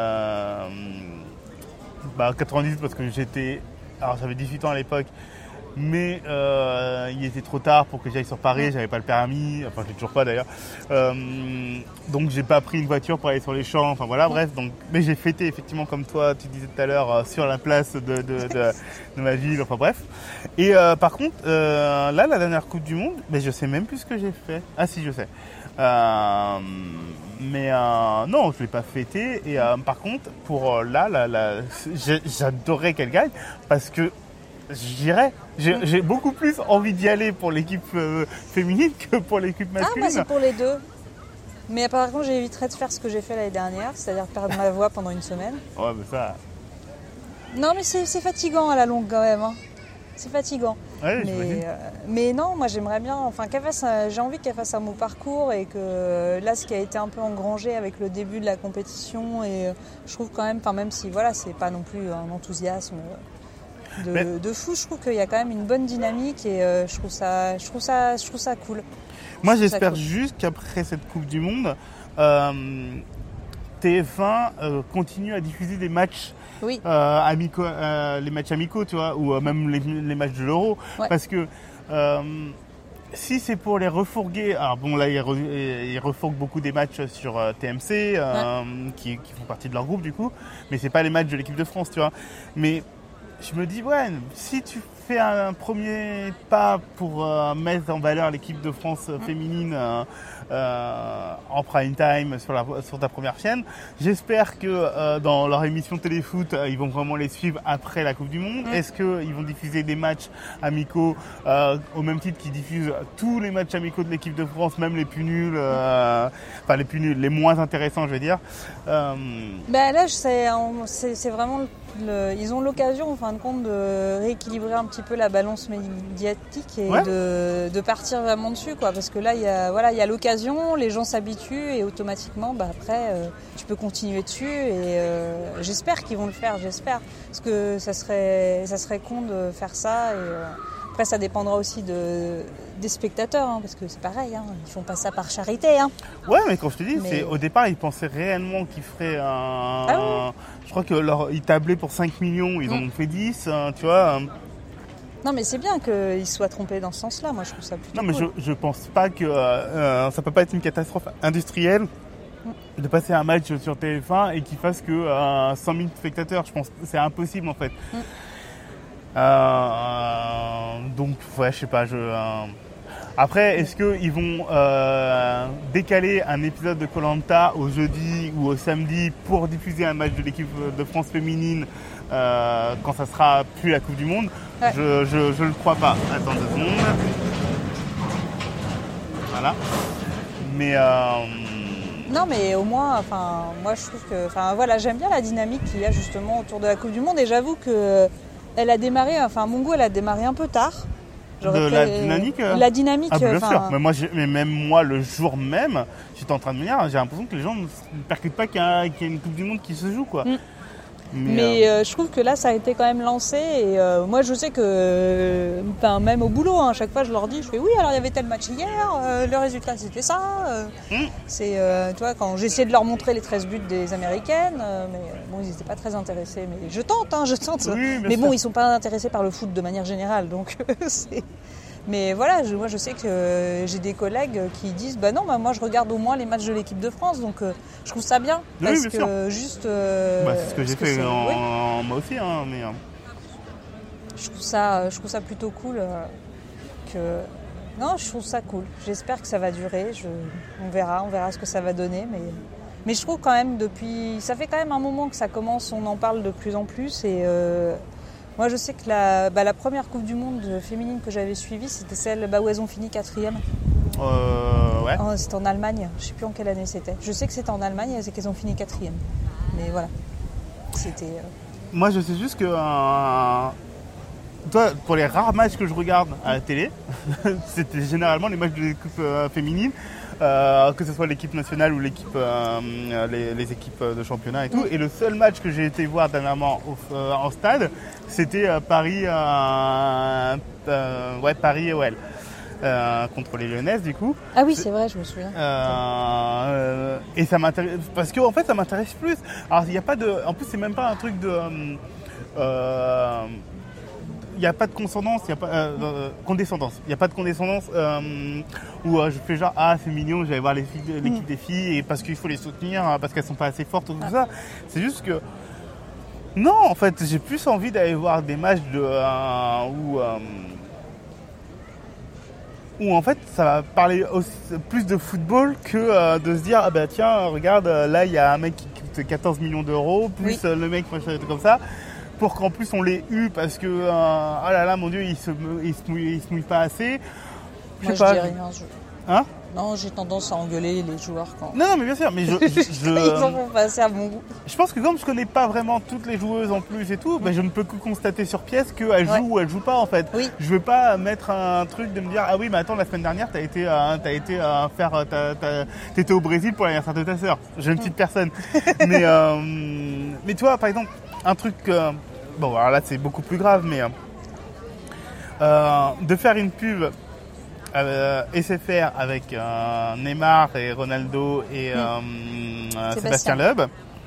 Speaker 2: 98 parce que j'avais 18 ans à l'époque. mais il était trop tard pour que j'aille sur Paris, j'avais pas le permis, enfin j'ai toujours pas d'ailleurs, donc j'ai pas pris une voiture pour aller sur les champs, enfin voilà, bref, donc, mais j'ai fêté effectivement comme toi, tu disais tout à l'heure, sur la place de ma ville, enfin bref. Et par contre, là, la dernière Coupe du Monde, mais je sais même plus ce que j'ai fait. Ah si, je sais. Mais non, je l'ai pas fêté. Et par contre, pour j'adorerais qu'elle gagne parce que j'irais. J'ai beaucoup plus envie d'y aller pour l'équipe féminine que pour l'équipe
Speaker 1: Ah,
Speaker 2: masculine.
Speaker 1: moi c'est pour les deux. Mais par contre, j'éviterais de faire ce que j'ai fait l'année dernière, c'est-à-dire perdre ma voix pendant une semaine.
Speaker 2: Ouais, mais ça.
Speaker 1: Non, mais c'est fatigant à la longue quand même. Hein. C'est fatigant.
Speaker 2: Ouais, j'imagine.
Speaker 1: Mais non, moi j'aimerais bien, enfin j'ai envie qu'elle fasse un beau parcours et que là ce qui a été un peu engrangé avec le début de la compétition et je trouve quand même, enfin même si voilà c'est pas non plus un enthousiasme de fou, je trouve qu'il y a quand même une bonne dynamique et je trouve ça cool.
Speaker 2: Moi,
Speaker 1: Je trouve ça
Speaker 2: j'espère
Speaker 1: cool.
Speaker 2: juste qu'après cette Coupe du Monde, TF1 continue à diffuser des matchs
Speaker 1: Oui.
Speaker 2: amicaux, les matchs amicaux, tu vois, ou même les matchs de l'Euro,
Speaker 1: Ouais.
Speaker 2: parce que si c'est pour les refourguer, alors bon là ils refourguent beaucoup des matchs sur TMC qui font partie de leur groupe du coup, mais c'est pas les matchs de l'équipe de France, tu vois. Mais je me dis ouais, si tu fais un premier pas pour mettre en valeur l'équipe de France féminine en prime time sur ta première chaîne, j'espère que dans leur émission téléfoot ils vont vraiment les suivre après la Coupe du Monde. Est-ce qu'ils vont diffuser des matchs amicaux au même titre qu'ils diffusent tous les matchs amicaux de l'équipe de France, même les plus nuls, enfin les plus nuls, les moins intéressants je veux dire.
Speaker 1: Ben là, c'est vraiment ils ont l'occasion, en fin de compte, de rééquilibrer un petit peu la balance médiatique et
Speaker 2: Ouais.
Speaker 1: de partir vraiment dessus, quoi. Parce que là, il y a l'occasion, les gens s'habituent et automatiquement, après, tu peux continuer dessus. Et j'espère qu'ils vont le faire, j'espère, parce que ça serait con de faire ça. Et après, ça dépendra aussi des spectateurs, hein, parce que c'est pareil, hein, ils font pas ça par charité. Hein.
Speaker 2: Ouais, mais quand je te dis,
Speaker 1: Mais-
Speaker 2: au départ, ils pensaient réellement qu'ils feraient
Speaker 1: Ah
Speaker 2: je crois que ils tablaient pour 5 millions, ils en ont fait 10, tu vois.
Speaker 1: Non, mais c'est bien qu'ils se soient trompés dans ce sens-là. Moi, je trouve ça plutôt
Speaker 2: Non, mais
Speaker 1: cool.
Speaker 2: je pense pas que ça peut pas être une catastrophe industrielle de passer un match sur TF1 et qu'il fasse que 100 000 spectateurs. Je pense que c'est impossible en fait. Donc, ouais, je sais pas. Après, est-ce qu'ils vont décaler un épisode de Koh-Lanta au jeudi ou au samedi pour diffuser un match de l'équipe de France féminine quand ça sera plus la Coupe du Monde?
Speaker 1: Ouais.
Speaker 2: Je le crois pas. Attends 2 secondes. Voilà. Mais
Speaker 1: Non, mais au moins, enfin, moi je trouve que, enfin voilà, j'aime bien la dynamique qu'il y a justement autour de la Coupe du Monde et j'avoue que elle a démarré, enfin Mongo, elle a démarré un peu tard.
Speaker 2: De la dynamique
Speaker 1: La dynamique,
Speaker 2: ah, bien
Speaker 1: enfin,
Speaker 2: sûr. Mais même moi, le jour même, j'étais en train de me dire, j'ai l'impression que les gens ne percutent pas qu'il y a une Coupe du Monde qui se joue, quoi.
Speaker 1: Mais je trouve que là, ça a été quand même lancé et moi, je sais que, même au boulot, hein, à chaque fois, je leur dis, je fais oui, alors il y avait tel match hier, le résultat c'était ça. C'est, tu vois, quand j'essayais de leur montrer les 13 buts des Américaines, mais bon, ils n'étaient pas très intéressés. Mais je tente, je tente.
Speaker 2: Oui, bien
Speaker 1: mais bon,
Speaker 2: sûr.
Speaker 1: ils sont pas intéressés par le foot de manière générale, donc c'est. Mais voilà, moi je sais que j'ai des collègues qui disent bah non, moi je regarde au moins les matchs de l'équipe de France, donc je trouve ça bien.
Speaker 2: Oui,
Speaker 1: Parce
Speaker 2: bien
Speaker 1: que
Speaker 2: sûr.
Speaker 1: juste.
Speaker 2: C'est ce que j'ai
Speaker 1: parce
Speaker 2: fait
Speaker 1: c'est- oui.
Speaker 2: moi aussi, hein, mais
Speaker 1: Je trouve ça plutôt cool que. Non, je trouve ça cool. J'espère que ça va durer. On verra ce que ça va donner. Mais je trouve quand même ça fait quand même un moment que ça commence, on en parle de plus en plus. Et moi, je sais que la première Coupe du Monde féminine que j'avais suivie, c'était celle où elles ont fini 4e.
Speaker 2: ouais.
Speaker 1: C'était en Allemagne. Je ne sais plus en quelle année c'était. Je sais que c'était en Allemagne et c'est qu'elles ont fini 4e. Mais voilà. C'était.
Speaker 2: Moi, je sais juste que toi, pour les rares matchs que je regarde à la télé, c'était généralement les matchs de l'équipe féminine, que ce soit l'équipe nationale ou l'équipe, les équipes de championnat et tout. Et le seul match que j'ai été voir dernièrement en stade, c'était Paris et OL. Contre les Lyonnaises du coup.
Speaker 1: Ah oui, c'est vrai, je me souviens.
Speaker 2: Et ça m'intéresse parce que en fait ça m'intéresse plus. Alors il n'y a pas de, en plus c'est même pas un truc de il y a pas de condescendance, il y a pas condescendance. Il y a pas de condescendance où je fais genre c'est mignon, j'allais voir l'équipe des filles et parce qu'il faut les soutenir parce qu'elles sont pas assez fortes ou tout ça. C'est juste que non, en fait, j'ai plus envie d'aller voir des matchs où en fait ça va parler plus de football que de se dire ah bah tiens regarde là il y a un mec qui coûte 14 millions d'euros plus le mec machin comme ça pour qu'en plus on l'ait eu parce que oh là là mon dieu il se mouille pas assez.
Speaker 1: Moi je dis rien.
Speaker 2: Hein?
Speaker 1: Non, j'ai tendance à engueuler les joueurs quand.
Speaker 2: Non mais bien sûr, mais
Speaker 1: ils en font passer à mon goût.
Speaker 2: Je pense que comme je connais pas vraiment toutes les joueuses en plus et tout, je ne peux que constater sur pièce qu'elles jouent ou elles jouent pas en fait. Oui. Je veux pas mettre un truc de me dire ah oui mais attends la semaine dernière t'étais au Brésil pour l'anniversaire de ta sœur. J'ai une petite personne. mais toi par exemple un truc bon alors là c'est beaucoup plus grave mais de faire une pub SFR avec Neymar et Ronaldo et Sébastien Loeb.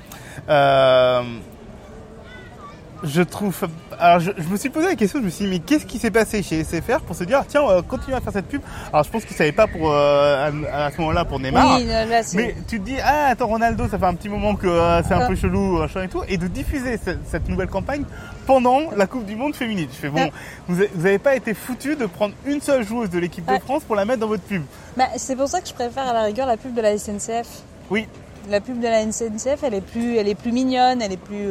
Speaker 2: Je trouve. Alors, je me suis posé la question, je me suis dit, mais qu'est-ce qui s'est passé chez SFR pour se dire, tiens, on va continuer à faire cette pub. Alors, je pense qu'ils ne savaient pas à ce moment-là pour Neymar. Oui, là, mais tu te dis, attends, Ronaldo, ça fait un petit moment que c'est un peu chelou, machin et tout. Et de diffuser cette nouvelle campagne pendant la Coupe du Monde féminine. Je fais, bon, vous n'avez pas été foutus de prendre une seule joueuse de l'équipe de France pour la mettre dans votre pub.
Speaker 1: C'est pour ça que je préfère à la rigueur la pub de la SNCF.
Speaker 2: Oui.
Speaker 1: La pub de la SNCF, elle est plus mignonne, elle est plus.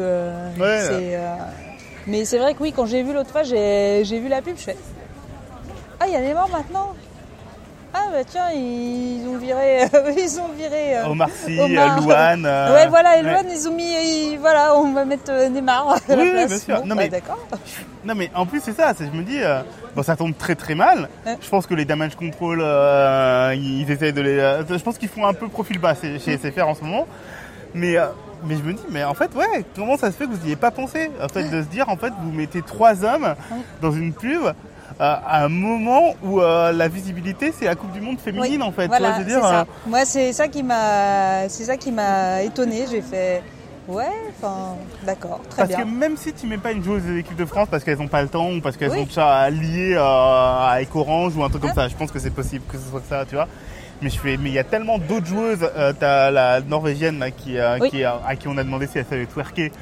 Speaker 1: Mais c'est vrai que oui, quand j'ai vu l'autre fois, j'ai vu la pub, je fais il y a Neymar maintenant. Ah bah tiens, ils ont viré
Speaker 2: Omar Sy, Louane.
Speaker 1: Ouais voilà, et Louane ils ont mis voilà, on va mettre Neymar à la place. Bien sûr. Bon, non mais d'accord.
Speaker 2: Non mais en plus c'est ça, je me dis bon ça tombe très très mal. Je pense que les damage control ils essayent de les je pense qu'ils font un peu profil bas chez SFR en ce moment. Mais je me dis mais en fait comment ça se fait que vous n'y ayez pas pensé en fait de se dire en fait vous mettez 3 hommes dans une pub à un moment où la visibilité c'est la Coupe du Monde féminine en fait.
Speaker 1: Voilà,
Speaker 2: tu vois, je veux dire,
Speaker 1: ça. Moi c'est ça qui m'a étonnée. J'ai fait d'accord, très bien.
Speaker 2: Parce que même si tu mets pas une joueuse de l'équipe de France parce qu'elles n'ont pas le temps ou parce qu'elles sont déjà liées avec Orange ou un truc comme ça, je pense que c'est possible que ce soit ça, tu vois. Mais il y a tellement d'autres joueuses. T'as la Norvégienne là, à qui on a demandé si elle savait twerker.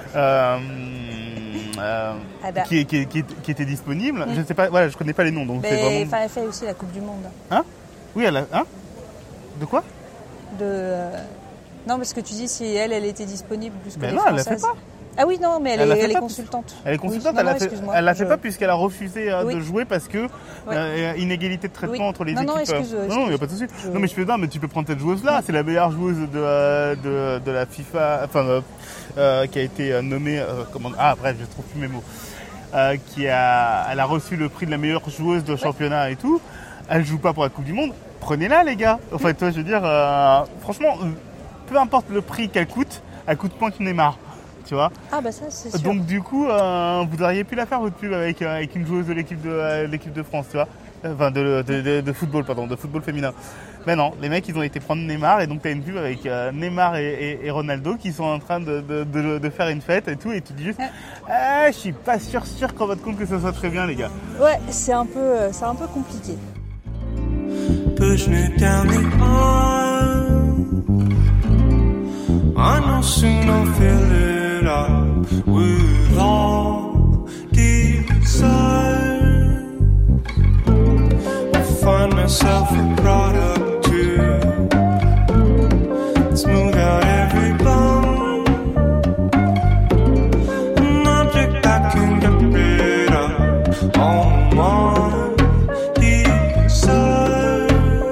Speaker 2: Qui était disponible. Je ne sais pas, voilà, je connais pas les noms, donc c'est vraiment.
Speaker 1: Elle fait aussi la Coupe du Monde.
Speaker 2: Hein? Oui, elle a. Hein? De quoi?
Speaker 1: Non, parce que tu dis si elle était disponible plus que les
Speaker 2: non,
Speaker 1: Françaises.
Speaker 2: elle la fait pas.
Speaker 1: Ah oui, non, mais elle est consultante.
Speaker 2: Elle est consultante, elle la fait pas puisqu'elle a refusé de jouer parce que inégalité de traitement entre les équipes.
Speaker 1: Non, excuse.
Speaker 2: Non, il n'y a pas de souci. Non, mais je fais mais tu peux prendre cette joueuse-là, c'est la meilleure joueuse de la FIFA, qui a été nommée, bref, je trouve plus mes mots. Elle a reçu le prix de la meilleure joueuse de championnat et tout. Elle joue pas pour la Coupe du Monde. Prenez-la, les gars. En fait, toi, je veux dire, franchement, peu importe le prix qu'elle coûte, elle coûte moins que Neymar. Tu vois. Ah bah ça c'est sûr. Donc du coup, vous auriez pu la faire votre pub avec une joueuse de l'équipe de France, tu vois. Enfin de football, pardon, de football féminin. Mais non, les mecs ils ont été prendre Neymar et donc t'as une pub avec Neymar et Ronaldo qui sont en train de faire une fête et tout et tu dis juste je suis pas sûr qu'on va te compte que ça soit très bien les gars.
Speaker 1: Ouais, c'est un peu compliqué.
Speaker 3: Push me down the arm. I know soon I'll feel it up with all desire. I find myself a product too. Smooth out every bone. An object I can get rid of. All my desire.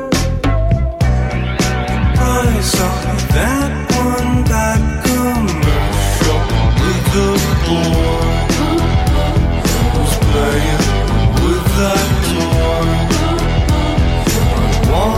Speaker 3: I saw that one that commercial with the boy who's playing with that toy. I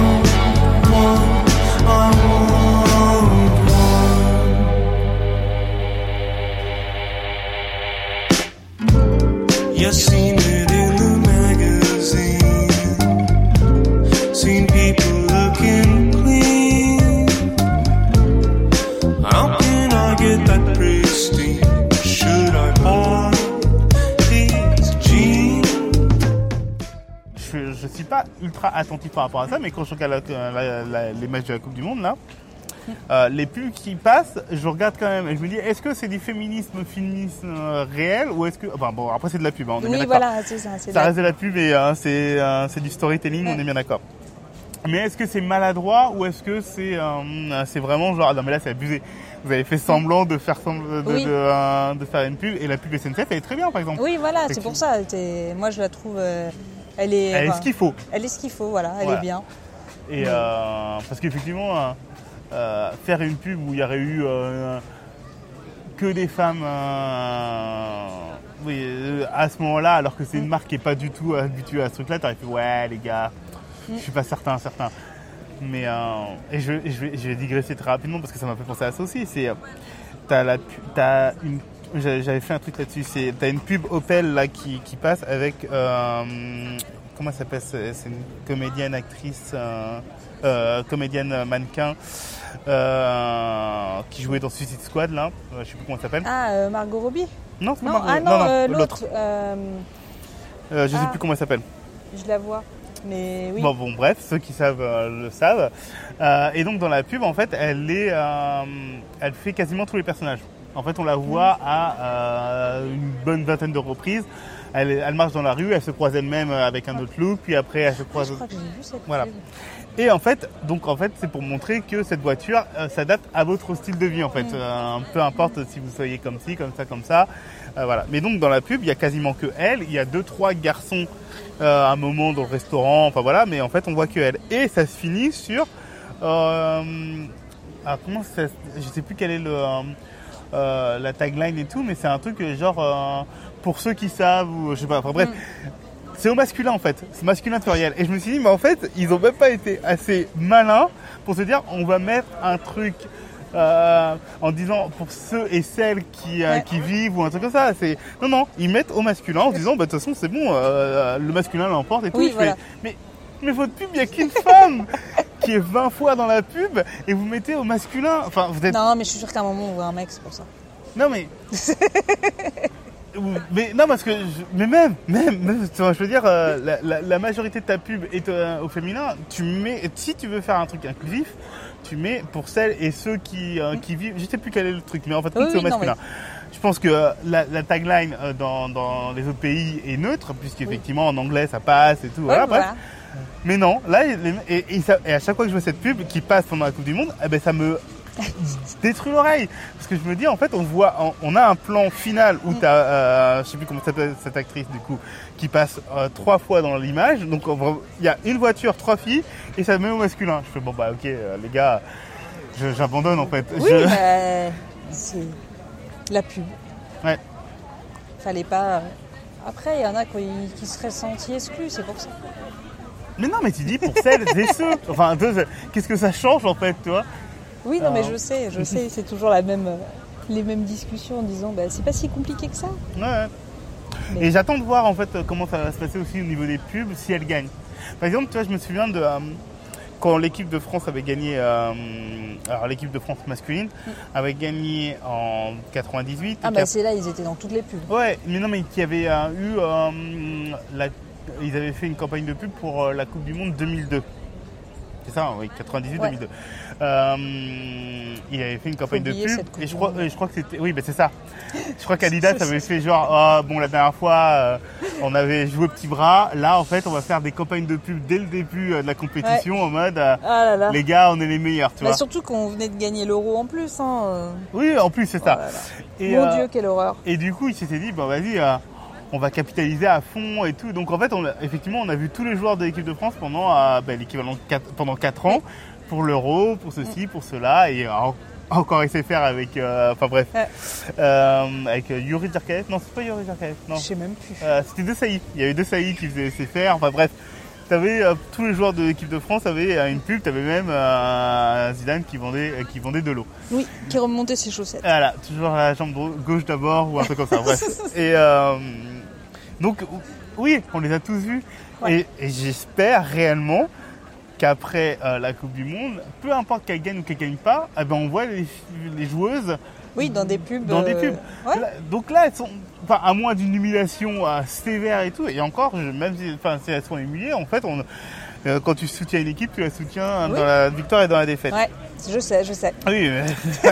Speaker 2: ultra attentif par rapport à ça, mais quand je regarde les matchs de la Coupe du Monde, là, les pubs qui passent, je regarde quand même et je me dis, est-ce que c'est du féminisme réel ou est-ce que... Enfin bon, après c'est de la pub, hein, on est bien d'accord.
Speaker 1: Voilà, c'est ça.
Speaker 2: Ça reste de la pub et c'est du storytelling, on est bien d'accord. Mais est-ce que c'est maladroit ou est-ce que c'est vraiment genre, non mais là c'est abusé. Vous avez fait semblant de faire de faire une pub et la pub SNCF elle est très bien par exemple.
Speaker 1: Oui, voilà, c'est pour ça. Moi je la trouve, elle est
Speaker 2: ce qu'il faut.
Speaker 1: Elle est ce qu'il faut, voilà, elle est bien.
Speaker 2: Et parce qu'effectivement, faire une pub où il y aurait eu que des femmes à ce moment-là, alors que c'est une marque qui n'est pas du tout habituée à ce truc-là, t'aurais fait ouais les gars, je suis pas certain. Mais et je vais digresser très rapidement parce que ça m'a fait penser à ça aussi. C'est j'avais fait un truc là-dessus. T'as une pub Opel là qui passe avec comment ça s'appelle, c'est une comédienne actrice, comédienne mannequin qui jouait dans Suicide Squad là. Je sais plus comment ça s'appelle.
Speaker 1: Ah, Margot Robbie.
Speaker 2: Non, c'est pas
Speaker 1: Non,
Speaker 2: Margot.
Speaker 1: non,
Speaker 2: l'autre. Je sais plus comment elle s'appelle.
Speaker 1: Je la vois. Mais oui.
Speaker 2: Bon, bref, ceux qui savent le savent. Et donc dans la pub, en fait, elle fait quasiment tous les personnages. En fait, on la voit à une bonne vingtaine de reprises. Elle marche dans la rue, elle se croise elle-même avec un autre look, puis après elle se croise.
Speaker 1: Je crois que j'ai vu cette
Speaker 2: voilà.
Speaker 1: pub.
Speaker 2: Et en fait, c'est pour montrer que cette voiture s'adapte à votre style de vie en fait. Peu importe si vous soyez comme ci, comme ça. Voilà. Mais donc dans la pub, il y a quasiment que elle. Il y a 2-3 garçons à un moment dans le restaurant. Enfin voilà. Mais en fait, on voit que elle. Et ça se finit sur. Comment ça, je sais plus quel est la tagline et tout, mais c'est un truc genre pour ceux qui savent ou je sais pas. Enfin bref. C'est au masculin en fait, c'est masculin pluriel. Et je me suis dit, mais en fait, ils ont même pas été assez malins pour se dire, on va mettre un truc en disant pour ceux et celles qui vivent ou un truc comme ça. Non, ils mettent au masculin en se disant, bah de toute façon c'est bon, le masculin l'emporte et tout.
Speaker 1: Oui, voilà.
Speaker 2: Mais votre pub, il n'y a qu'une femme qui est 20 fois dans la pub et vous mettez au masculin. Enfin, vous êtes...
Speaker 1: Non, mais je suis sûre qu'à un moment on voit un mec, c'est pour ça.
Speaker 2: Non mais... Mais non, parce que même tu vois, je veux dire, la majorité de ta pub est au féminin. Si tu veux faire un truc inclusif, tu mets pour celles et ceux qui vivent. Je sais plus quel est le truc, mais en fait c'est au masculin. Je pense que la tagline dans les autres pays est neutre, puisqu'effectivement en anglais ça passe et tout. Voilà, bref. Mais non, là et à chaque fois que je vois cette pub qui passe pendant la Coupe du Monde, ça me détruit l'oreille parce que je me dis en fait on a un plan final où t'as je sais plus comment s'appelle cette actrice du coup qui passe 3 fois dans l'image, donc il y a une voiture, 3 filles et ça met au masculin. Je fais bon ok les gars, j'abandonne en fait.
Speaker 1: Oui, c'est la pub.
Speaker 2: Ouais.
Speaker 1: Fallait pas. Après il y en a qui seraient sentis exclus, c'est pour ça.
Speaker 2: Mais non, mais tu dis pour celles et ceux. Enfin qu'est-ce que ça change en fait, tu vois?
Speaker 1: Oui, non, mais je sais, c'est toujours les mêmes discussions en disant c'est pas si compliqué que ça.
Speaker 2: Ouais. Mais... Et j'attends de voir en fait comment ça va se passer aussi au niveau des pubs si elles gagnent. Par exemple, tu vois, je me souviens de quand l'équipe de France avait gagné, alors l'équipe de France masculine avait gagné en 98.
Speaker 1: C'est là, ils étaient dans toutes les pubs.
Speaker 2: Ouais, mais non, mais qui avait ils avaient fait une campagne de pub pour la Coupe du Monde 2002. C'est ça, oui, 98-2002. Il avait fait une campagne de pub et je crois que c'était... Oui, c'est ça. Je crois qu'Adidas avait fait genre, la dernière fois, on avait joué petit bras. Là, en fait, on va faire des campagnes de pub dès le début de la compétition en mode, les gars, on est les meilleurs, tu vois.
Speaker 1: Surtout qu'on venait de gagner l'Euro en plus.
Speaker 2: Oui, en plus, c'est ça.
Speaker 1: Et, mon Dieu, quelle horreur.
Speaker 2: Et du coup, il s'était dit, vas-y... on va capitaliser à fond et tout. Donc en fait, effectivement, on a vu tous les joueurs de l'équipe de France pendant l'équivalent pendant 4 ans pour l'Euro, pour ceci, pour cela, et encore SFR avec, avec Yuri Djarkaev. Non, c'est pas Yuri Djarkaev. Non.
Speaker 1: Je sais même plus.
Speaker 2: C'était De Sailly. Il y avait De Sailly qui faisait SFR. Enfin bref, t'avais tous les joueurs de l'équipe de France avaient une pub. T'avais même Zidane qui vendait de l'eau.
Speaker 1: Oui, qui remontait ses chaussettes.
Speaker 2: Voilà, toujours la jambe gauche d'abord ou un truc comme ça. Bref. Et donc, oui, on les a tous vus. Ouais. Et j'espère réellement qu'après la Coupe du Monde, peu importe qu'elle gagne ou qu'elle ne gagne pas, on voit les joueuses
Speaker 1: dans des pubs.
Speaker 2: Ouais. Donc là, elles sont, à moins d'une humiliation sévère et tout, et encore, même si elles sont humiliées, en fait, Quand tu soutiens une équipe, tu la soutiens
Speaker 1: Oui.
Speaker 2: dans la victoire et dans la défaite.
Speaker 1: Ouais, je sais.
Speaker 2: Oui, mais...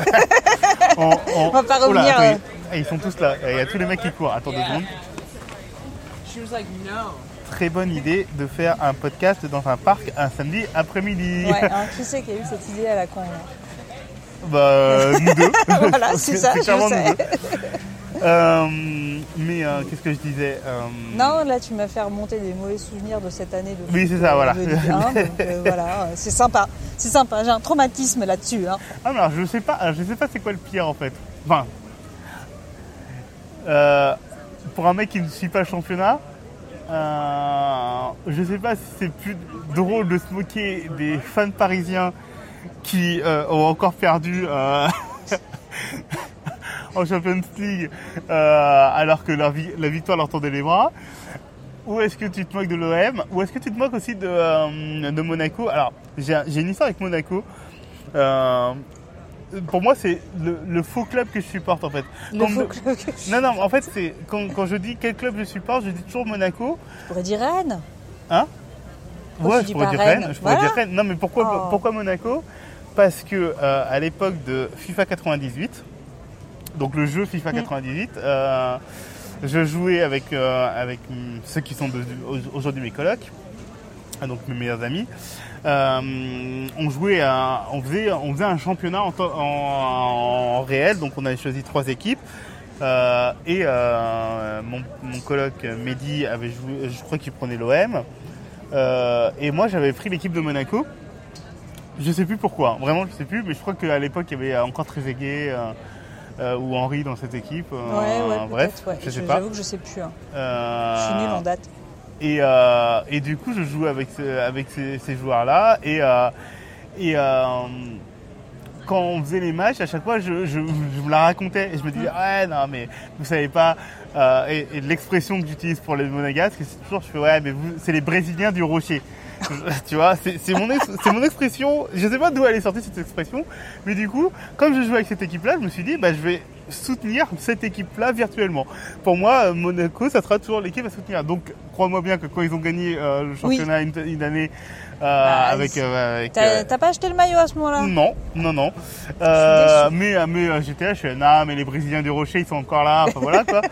Speaker 1: On va pas
Speaker 2: Oula,
Speaker 1: revenir.
Speaker 2: attends, ils sont tous là. Il y a tous les mecs qui courent. Attends 2 secondes.
Speaker 5: She was like, no.
Speaker 2: Très bonne idée de faire un podcast dans un parc un samedi après-midi.
Speaker 1: Ouais, hein, qui c'est qui a eu cette idée à la con là?
Speaker 2: Bah, nous deux.
Speaker 1: Voilà, c'est ça, je
Speaker 2: clairement
Speaker 1: sais.
Speaker 2: nous deux. Mais qu'est-ce que je disais
Speaker 1: Non, là tu m'as fait remonter des mauvais souvenirs de cette année de
Speaker 2: Oui,
Speaker 1: foot,
Speaker 2: c'est ça, voilà.
Speaker 1: de Ligue 1, donc, voilà, c'est sympa. C'est sympa, j'ai un traumatisme là-dessus. Hein.
Speaker 2: Ah, mais alors, je sais pas c'est quoi le pire en fait. Enfin, pour un mec qui ne suit pas le championnat, je sais pas si c'est plus drôle de se moquer des fans parisiens qui ont encore perdu en Champions League alors que la victoire leur tendait les bras. Ou est-ce que tu te moques de l'OM? Ou est-ce que tu te moques aussi de Monaco? Alors, j'ai une histoire avec Monaco. Pour moi, c'est le faux club que je supporte en fait. Non, en fait, c'est quand je dis quel club je supporte, je dis toujours Monaco.
Speaker 1: Je pourrais dire Rennes.
Speaker 2: Hein?
Speaker 1: Pourquoi
Speaker 2: Ouais,
Speaker 1: tu
Speaker 2: je
Speaker 1: dis
Speaker 2: pourrais
Speaker 1: pas
Speaker 2: dire
Speaker 1: Rennes?
Speaker 2: Rennes. Je pourrais
Speaker 1: Voilà.
Speaker 2: dire Rennes. Non, mais pourquoi Monaco? Parce que à l'époque de FIFA 98, donc le jeu FIFA 98, je jouais avec ceux qui sont aujourd'hui mes colocs, donc mes meilleurs amis. On faisait un championnat en réel, donc on avait choisi 3 équipes. Mon coloc Mehdi avait joué, je crois qu'il prenait l'OM. Et moi j'avais pris l'équipe de Monaco. Je sais plus pourquoi, vraiment je sais plus, mais je crois qu'à l'époque il y avait encore Trezeguet ou Henry dans cette équipe.
Speaker 1: Bref,
Speaker 2: je sais pas.
Speaker 1: J'avoue que je sais plus. Hein. Je suis nul en date.
Speaker 2: Et du coup je joue avec ces joueurs-là et quand on faisait les matchs, à chaque fois je me la racontais et je me disais ouais non mais vous savez pas et l'expression que j'utilise pour les Monégasques c'est toujours je fais ouais mais vous c'est les Brésiliens du Rocher. Tu vois, c'est mon expression. Je sais pas d'où elle est sortie cette expression, mais du coup, comme je jouais avec cette équipe-là, je me suis dit, bah, je vais soutenir cette équipe-là virtuellement. Pour moi, Monaco, ça sera toujours l'équipe à soutenir. Donc, crois-moi bien que quand ils ont gagné le championnat une année avec.
Speaker 1: T'as pas acheté le maillot à ce moment-là?
Speaker 2: Non. Mais j'étais là, je suis non, mais les Brésiliens du Rocher, ils sont encore là. Enfin voilà quoi.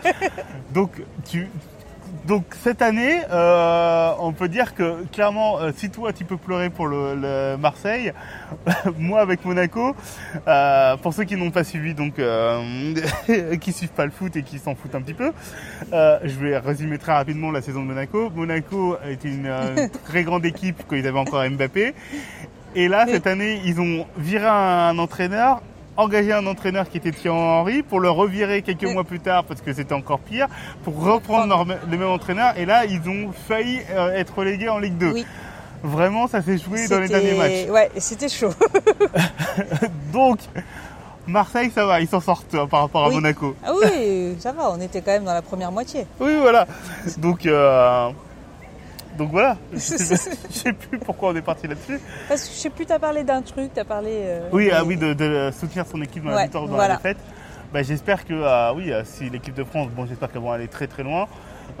Speaker 2: Donc cette année, on peut dire que clairement, si toi tu peux pleurer pour le Marseille, moi avec Monaco, pour ceux qui n'ont pas suivi, donc qui suivent pas le foot et qui s'en foutent un petit peu, je vais résumer très rapidement la saison de Monaco. Monaco était une très grande équipe quand ils avaient encore Mbappé, et là cette année ils ont viré un entraîneur. Engagé un entraîneur qui était Thierry Henry pour le revirer quelques mois plus tard parce que c'était encore pire, pour reprendre le même entraîneur et là ils ont failli être relégués en Ligue 2. Oui. Vraiment ça s'est joué dans les derniers matchs.
Speaker 1: Ouais, c'était chaud.
Speaker 2: Donc Marseille ça va, ils s'en sortent par rapport à Monaco.
Speaker 1: Ah oui, ça va, on était quand même dans la première moitié.
Speaker 2: Oui voilà. Donc voilà, je sais plus pourquoi on est parti là-dessus.
Speaker 1: Parce que je sais plus, t'as parlé d'un truc, t'as parlé...
Speaker 2: de soutenir son équipe dans la victoire ou dans la défaite. Bah, j'espère que, si l'équipe de France, j'espère qu'elles vont aller très très loin.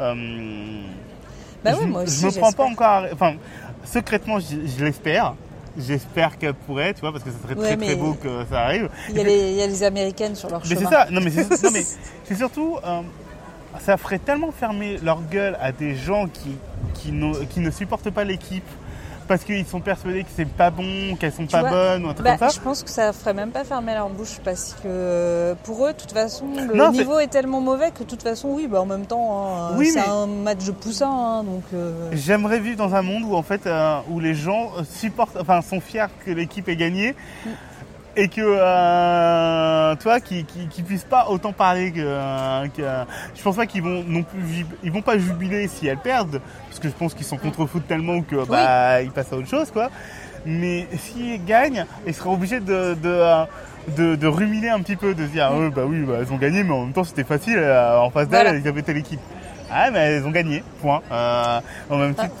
Speaker 1: Moi aussi,
Speaker 2: je me prends pas encore... Enfin, secrètement, je l'espère. J'espère qu'elle pourrait, tu vois, parce que ça serait très beau que ça arrive.
Speaker 1: Il y a les Américaines sur leur chemin.
Speaker 2: Mais c'est ça, non mais c'est surtout... ça ferait tellement fermer leur gueule à des gens qui ne supportent pas l'équipe parce qu'ils sont persuadés que c'est pas bon, qu'elles sont pas bonnes ou un truc comme ça.
Speaker 1: Je pense que ça ferait même pas fermer leur bouche parce que pour eux, de toute façon, le niveau est tellement mauvais que de toute façon, en même temps, c'est un match de poussin. Donc,
Speaker 2: j'aimerais vivre dans un monde où en fait, où les gens sont fiers que l'équipe ait gagné. Et que toi qui puissent pas autant parler que je pense pas qu'ils vont non plus ils vont pas jubiler si elles perdent parce que je pense qu'ils sont contre le foot tellement que ils passent à autre chose quoi. Mais s'ils gagnent, ils seront obligés de ruminer un petit peu, de se dire elles ont gagné mais en même temps c'était facile en face d'elles ils avaient telle équipe. Ah mais elles ont gagné point. En même temps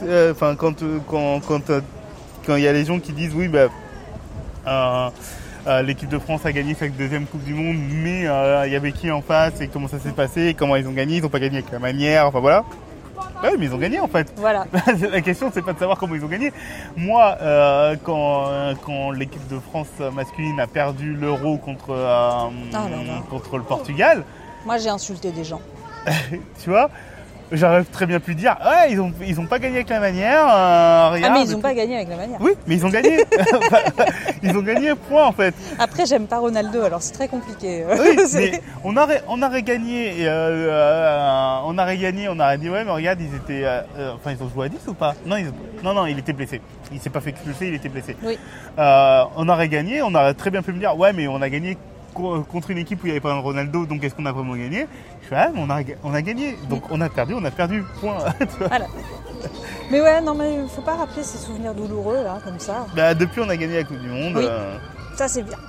Speaker 2: quand il y a les gens qui disent l'équipe de France a gagné sa deuxième Coupe du Monde, mais il y avait qui en face et comment ça s'est passé, comment ils ont gagné, ils n'ont pas gagné avec la manière, enfin voilà. Bah oui, mais ils ont gagné en fait.
Speaker 1: Voilà.
Speaker 2: La question, c'est pas de savoir comment ils ont gagné. Moi, quand l'équipe de France masculine a perdu l'Euro contre le Portugal,
Speaker 1: Moi, j'ai insulté des gens.
Speaker 2: tu vois, j'aurais très bien pu dire, ouais, ils ont pas gagné avec la manière. Regarde,
Speaker 1: mais ils n'ont pas gagné avec la manière.
Speaker 2: Oui, mais ils ont gagné. Ils ont gagné, point en fait.
Speaker 1: Après, j'aime pas Ronaldo, alors c'est très compliqué.
Speaker 2: Oui, mais on aurait gagné. On aurait dit ouais, mais regarde, ils étaient. Ils ont joué à 10 ou pas? Non, il était blessé. Il s'est pas fait expulser, il était blessé.
Speaker 1: Oui.
Speaker 2: On aurait gagné, on aurait très bien pu me dire ouais, mais on a gagné contre une équipe où il n'y avait pas un Ronaldo, donc est-ce qu'on a vraiment gagné? Je fais ah, mais on a gagné, donc on a perdu, point.
Speaker 1: Voilà. Mais ouais, non, mais faut pas rappeler ces souvenirs douloureux là, comme ça.
Speaker 2: Bah, depuis, on a gagné la Coupe du Monde.
Speaker 1: Oui. Ça, c'est bien.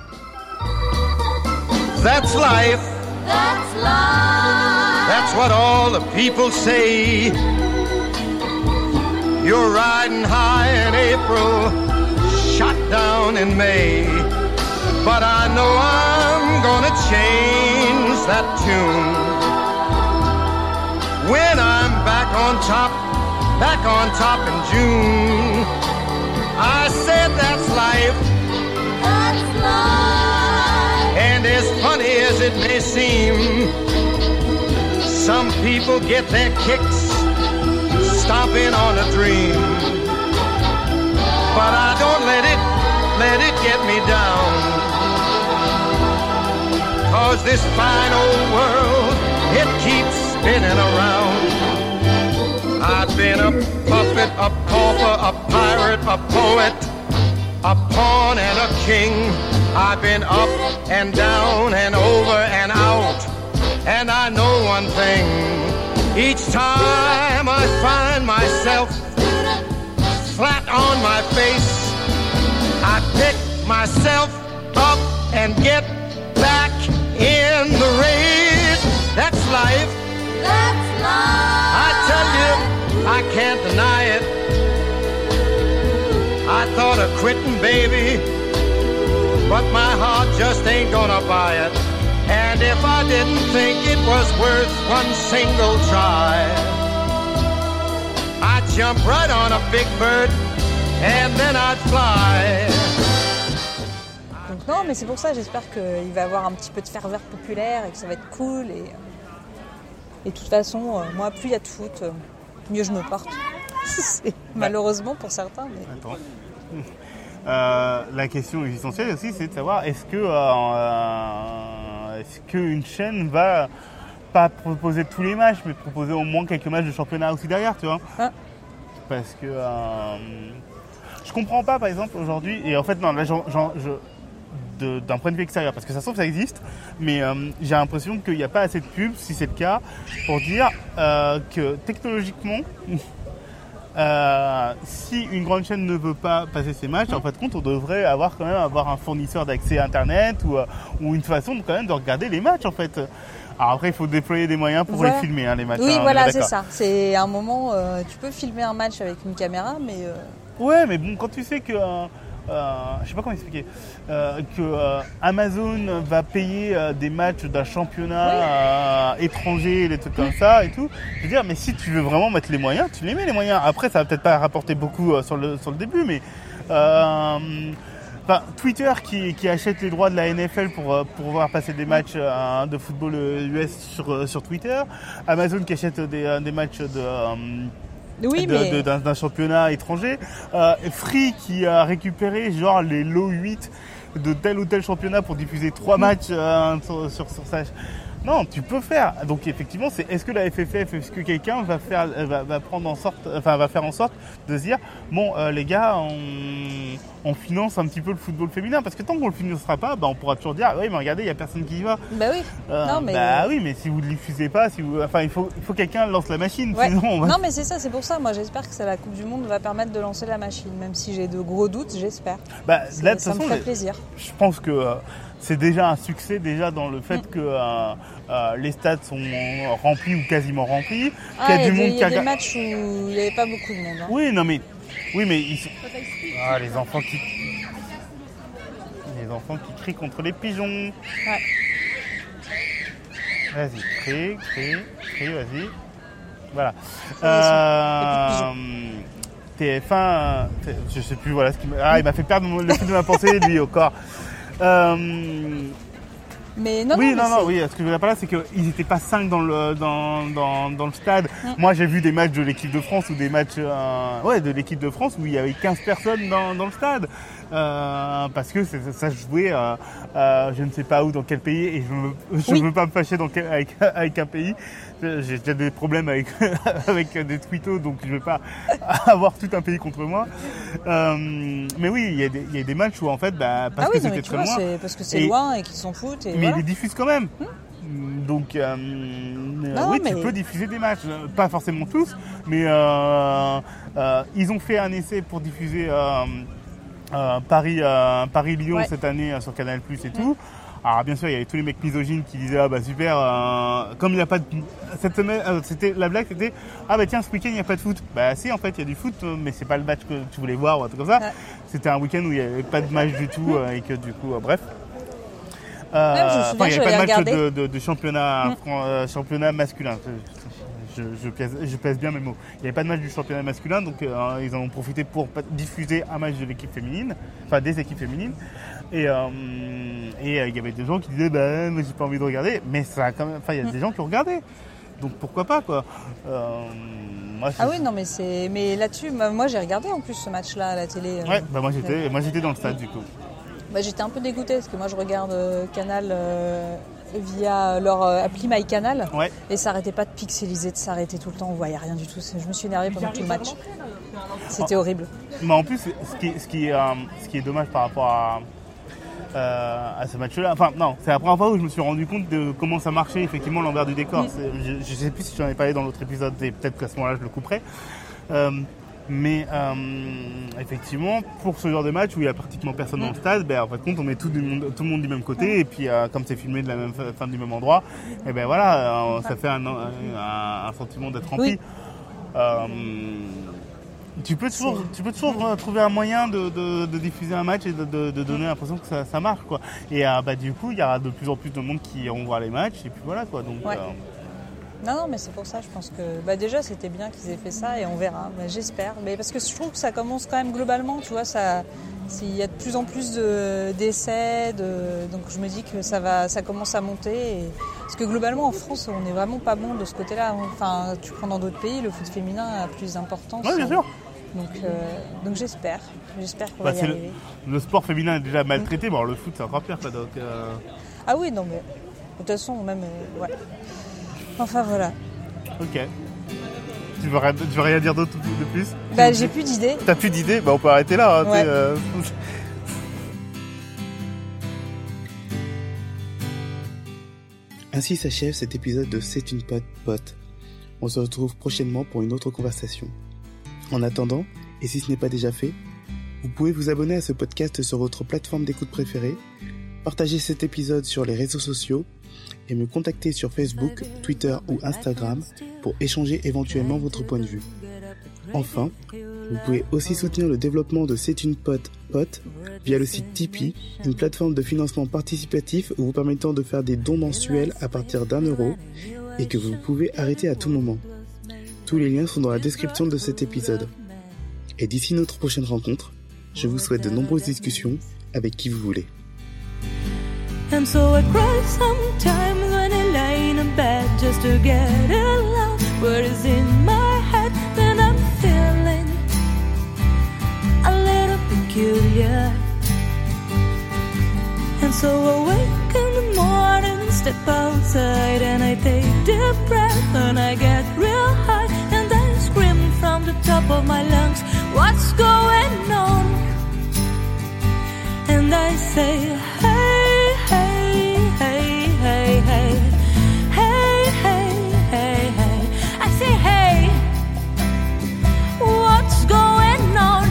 Speaker 3: That's life.
Speaker 4: That's life.
Speaker 3: That's what all the people say. You're riding high in April, shot down in May. But I know I'm gonna change that tune. When I'm back on top in June. I said that's life.
Speaker 4: That's life.
Speaker 3: And as funny as it may seem, some people get their kicks stomping on a dream. But I don't let it get me down. 'Cause this fine old world, it keeps spinning around. I've been a puppet, a pauper, a pirate, a poet, a pawn and a king. I've been up and down and over and out. And I know one thing, each time I find myself flat on my face, I pick myself up and get back in the race. That's life.
Speaker 4: That's life.
Speaker 3: I tell you, I can't deny it. I thought of quitting, baby, but my heart just ain't gonna buy it. And if I didn't think it was worth one single try, I'd jump right on a big bird and then I'd fly.
Speaker 1: Donc non, mais c'est pour ça, j'espère qu'il va y avoir un petit peu de ferveur populaire et que ça va être cool. Et de toute façon, moi, plus il y a de foot, mieux je me porte. Malheureusement pour certains. Mais...
Speaker 2: Attends. La question essentielle aussi, c'est de savoir est-ce qu'une chaîne va pas proposer tous les matchs, mais proposer au moins quelques matchs de championnat aussi derrière, tu vois. Parce que je comprends pas, par exemple, aujourd'hui, et en fait, non, là, d'un point de vue extérieur, parce que ça se trouve ça existe, mais j'ai l'impression qu'il n'y a pas assez de pubs, si c'est le cas, pour dire que technologiquement, si une grande chaîne ne veut pas passer ses matchs, en fait compte, on devrait quand même avoir un fournisseur d'accès à Internet ou une façon quand même de regarder les matchs en fait. Alors après, il faut déployer des moyens pour les filmer, hein, les matchs.
Speaker 1: Oui,
Speaker 2: hein,
Speaker 1: voilà, c'est ça. C'est un moment, tu peux filmer un match avec une caméra, mais...
Speaker 2: Ouais, mais bon, quand tu sais que... je sais pas comment expliquer, que Amazon va payer des matchs d'un championnat étranger, des trucs comme ça et tout. Je veux dire, mais si tu veux vraiment mettre les moyens, tu les mets les moyens. Après, ça va peut-être pas rapporter beaucoup sur le début, mais Twitter qui achète les droits de la NFL pour pouvoir passer des matchs de football US sur Twitter, Amazon qui achète des matchs d'un championnat étranger, Free qui a récupéré genre les lots 8 de tel ou tel championnat pour diffuser 3 matchs sur sa... Non, tu peux faire. Donc effectivement, est-ce que la FFF, est-ce que quelqu'un va faire en sorte de se dire bon les gars, on finance un petit peu le football féminin, parce que tant qu'on le financera pas, on pourra toujours dire oui mais regardez, il y a personne qui y va.
Speaker 1: Bah oui.
Speaker 2: Oui, mais si vous ne le diffusez pas, il faut que quelqu'un lance la machine,
Speaker 1: ouais.
Speaker 2: Sinon
Speaker 1: Non mais c'est ça, c'est pour ça. Moi j'espère que la Coupe du Monde va permettre de lancer la machine, même si j'ai de gros doutes, j'espère.
Speaker 2: Là, de toute
Speaker 1: ça
Speaker 2: façon,
Speaker 1: me ferait plaisir.
Speaker 2: Je pense que c'est déjà un succès dans le fait que les stades sont remplis ou quasiment remplis.
Speaker 1: Il y a des matchs où il n'y avait pas beaucoup de monde. Hein.
Speaker 2: Oui, mais ils sont... les enfants qui crient contre les pigeons.
Speaker 1: Ouais.
Speaker 2: Vas-y, crie, vas-y. Voilà. TF1, je sais plus, voilà ce qui il m'a fait perdre le fil de ma pensée, lui, au corps.
Speaker 1: Mais non,
Speaker 2: oui,
Speaker 1: non,
Speaker 2: non, oui, ce que je veux dire par là, c'est qu'ils n'étaient pas 5 dans le stade. Moi, j'ai vu des matchs de l'équipe de France ou des matchs de l'équipe de France où il y avait 15 personnes dans le stade. Parce que ça se jouait je ne sais pas où, dans quel pays, et je veux pas me fâcher avec un pays. J'ai déjà des problèmes avec des tweetos, donc je vais pas avoir tout un pays contre moi. Mais oui, il y a des matchs où en fait, parce que c'était très loin.
Speaker 1: C'est parce que c'est loin et qu'ils s'en foutent.
Speaker 2: Mais ils les diffusent quand même. Donc tu peux diffuser des matchs, pas forcément tous, mais ils ont fait un essai pour diffuser Paris-Lyon cette année sur Canal+ et tout. Alors bien sûr, il y avait tous les mecs misogynes qui disaient super, comme il n'y a pas de cette semaine, la blague c'était tiens, ce week-end il n'y a pas de foot. Si, en fait il y a du foot, mais c'est pas le match que tu voulais voir ou un truc comme ça. C'était un week-end où il n'y avait pas de match du tout et que du coup bref. Il n'y avait pas de match de championnat masculin. Je pèse bien mes mots. Il n'y avait pas de match du championnat masculin, donc ils en ont profité pour diffuser un match de l'équipe féminine, enfin des équipes féminines. Et il y avait des gens qui disaient mais j'ai pas envie de regarder, mais ça a quand même, il y a des gens qui ont regardé, donc pourquoi pas quoi.
Speaker 1: Mais là-dessus, moi j'ai regardé en plus ce match-là à la télé.
Speaker 2: Moi j'étais dans le stade du coup.
Speaker 1: J'étais un peu dégoûtée parce que moi je regarde Canal via leur appli MyCanal et ça arrêtait pas de pixeliser, de s'arrêter tout le temps, on voyait rien du tout. Je me suis énervée pendant tout le match. C'était horrible.
Speaker 2: Mais en plus, ce qui est dommage par rapport à ce match-là, c'est la première fois où je me suis rendu compte de comment ça marchait effectivement l'envers du décor. Je sais plus si j'en ai parlé dans l'autre épisode et peut-être qu'à ce moment-là je le couperai. Mais effectivement, pour ce genre de match où il n'y a pratiquement personne dans le stade, en fait, on met tout le monde du même côté, et puis comme c'est filmé de la même fin du même endroit, et ça fait un sentiment d'être rempli. Tu peux toujours trouver un moyen de diffuser un match et de donner l'impression que ça marche, quoi. Et du coup, il y aura de plus en plus de monde qui iront voir les matchs, et puis voilà, quoi. Donc,
Speaker 1: Non, mais c'est pour ça, je pense que déjà c'était bien qu'ils aient fait ça et on verra, j'espère. Mais parce que je trouve que ça commence quand même globalement, tu vois, il y a de plus en plus d'essais, donc je me dis que ça commence à monter. Parce que globalement en France, on n'est vraiment pas bon de ce côté-là. Enfin, tu prends dans d'autres pays, le foot féminin a plus d'importance.
Speaker 2: Oui, bien sûr.
Speaker 1: Donc j'espère qu'on va y arriver.
Speaker 2: Le sport féminin est déjà maltraité, le foot c'est encore pire, quoi. Donc,
Speaker 1: Ah oui, non mais de toute façon même, Enfin voilà.
Speaker 2: Ok. Tu veux rien dire d'autre de plus?
Speaker 1: J'ai plus d'idées.
Speaker 2: T'as plus d'idées? On peut arrêter là.
Speaker 6: Ainsi s'achève cet épisode de C'est une pote. On se retrouve prochainement pour une autre conversation. En attendant, et si ce n'est pas déjà fait, vous pouvez vous abonner à ce podcast sur votre plateforme d'écoute préférée, partager cet épisode sur les réseaux sociaux et me contacter sur Facebook, Twitter ou Instagram pour échanger éventuellement votre point de vue. Enfin, vous pouvez aussi soutenir le développement de C'est une pote via le site Tipeee, une plateforme de financement participatif vous permettant de faire des dons mensuels à partir d'€1 et que vous pouvez arrêter à tout moment. Tous les liens sont dans la description de cet épisode. Et d'ici notre prochaine rencontre, je vous souhaite de nombreuses discussions avec qui vous voulez.
Speaker 7: And so I cry sometimes when I lay in a bed just to get a love. What is in my head then I'm feeling a little peculiar. And so I wake in the morning and step outside and I take deep breath and I get real high and I scream from the top of my lungs, what's going on? And I say, hey, hey, hey, hey, hey, hey, hey, hey, hey. I say, hey, what's going on?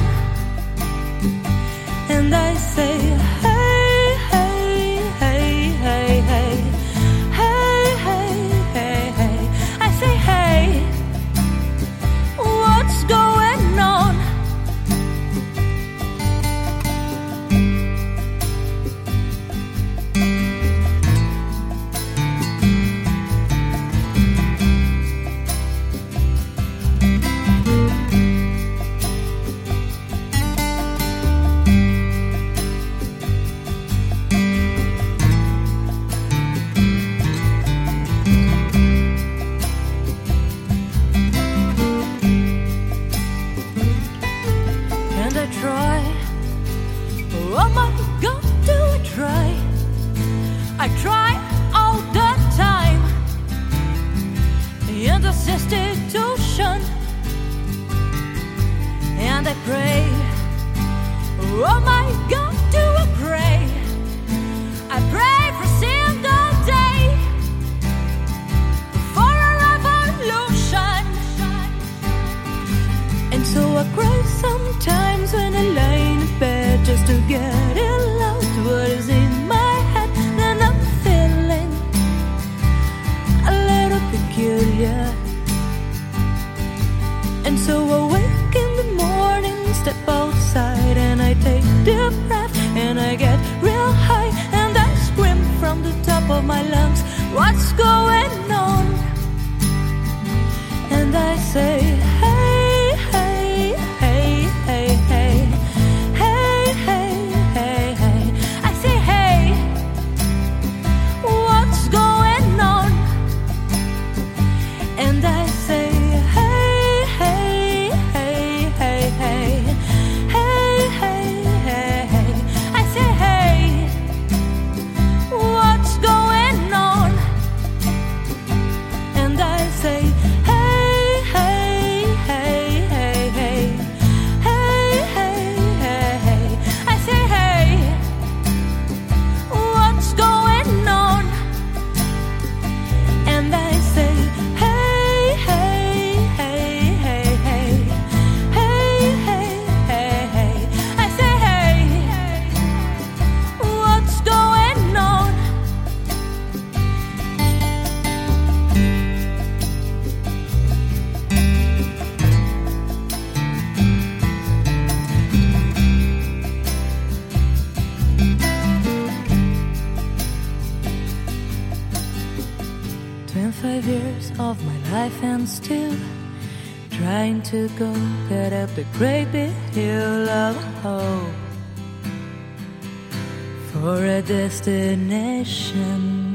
Speaker 7: And I say, hey, hey, hey, hey, hey, hey, hey, hey, hey. I say, hey, what's going on? 5 years of my life and still trying to go get up the great big hill of hope for a destination.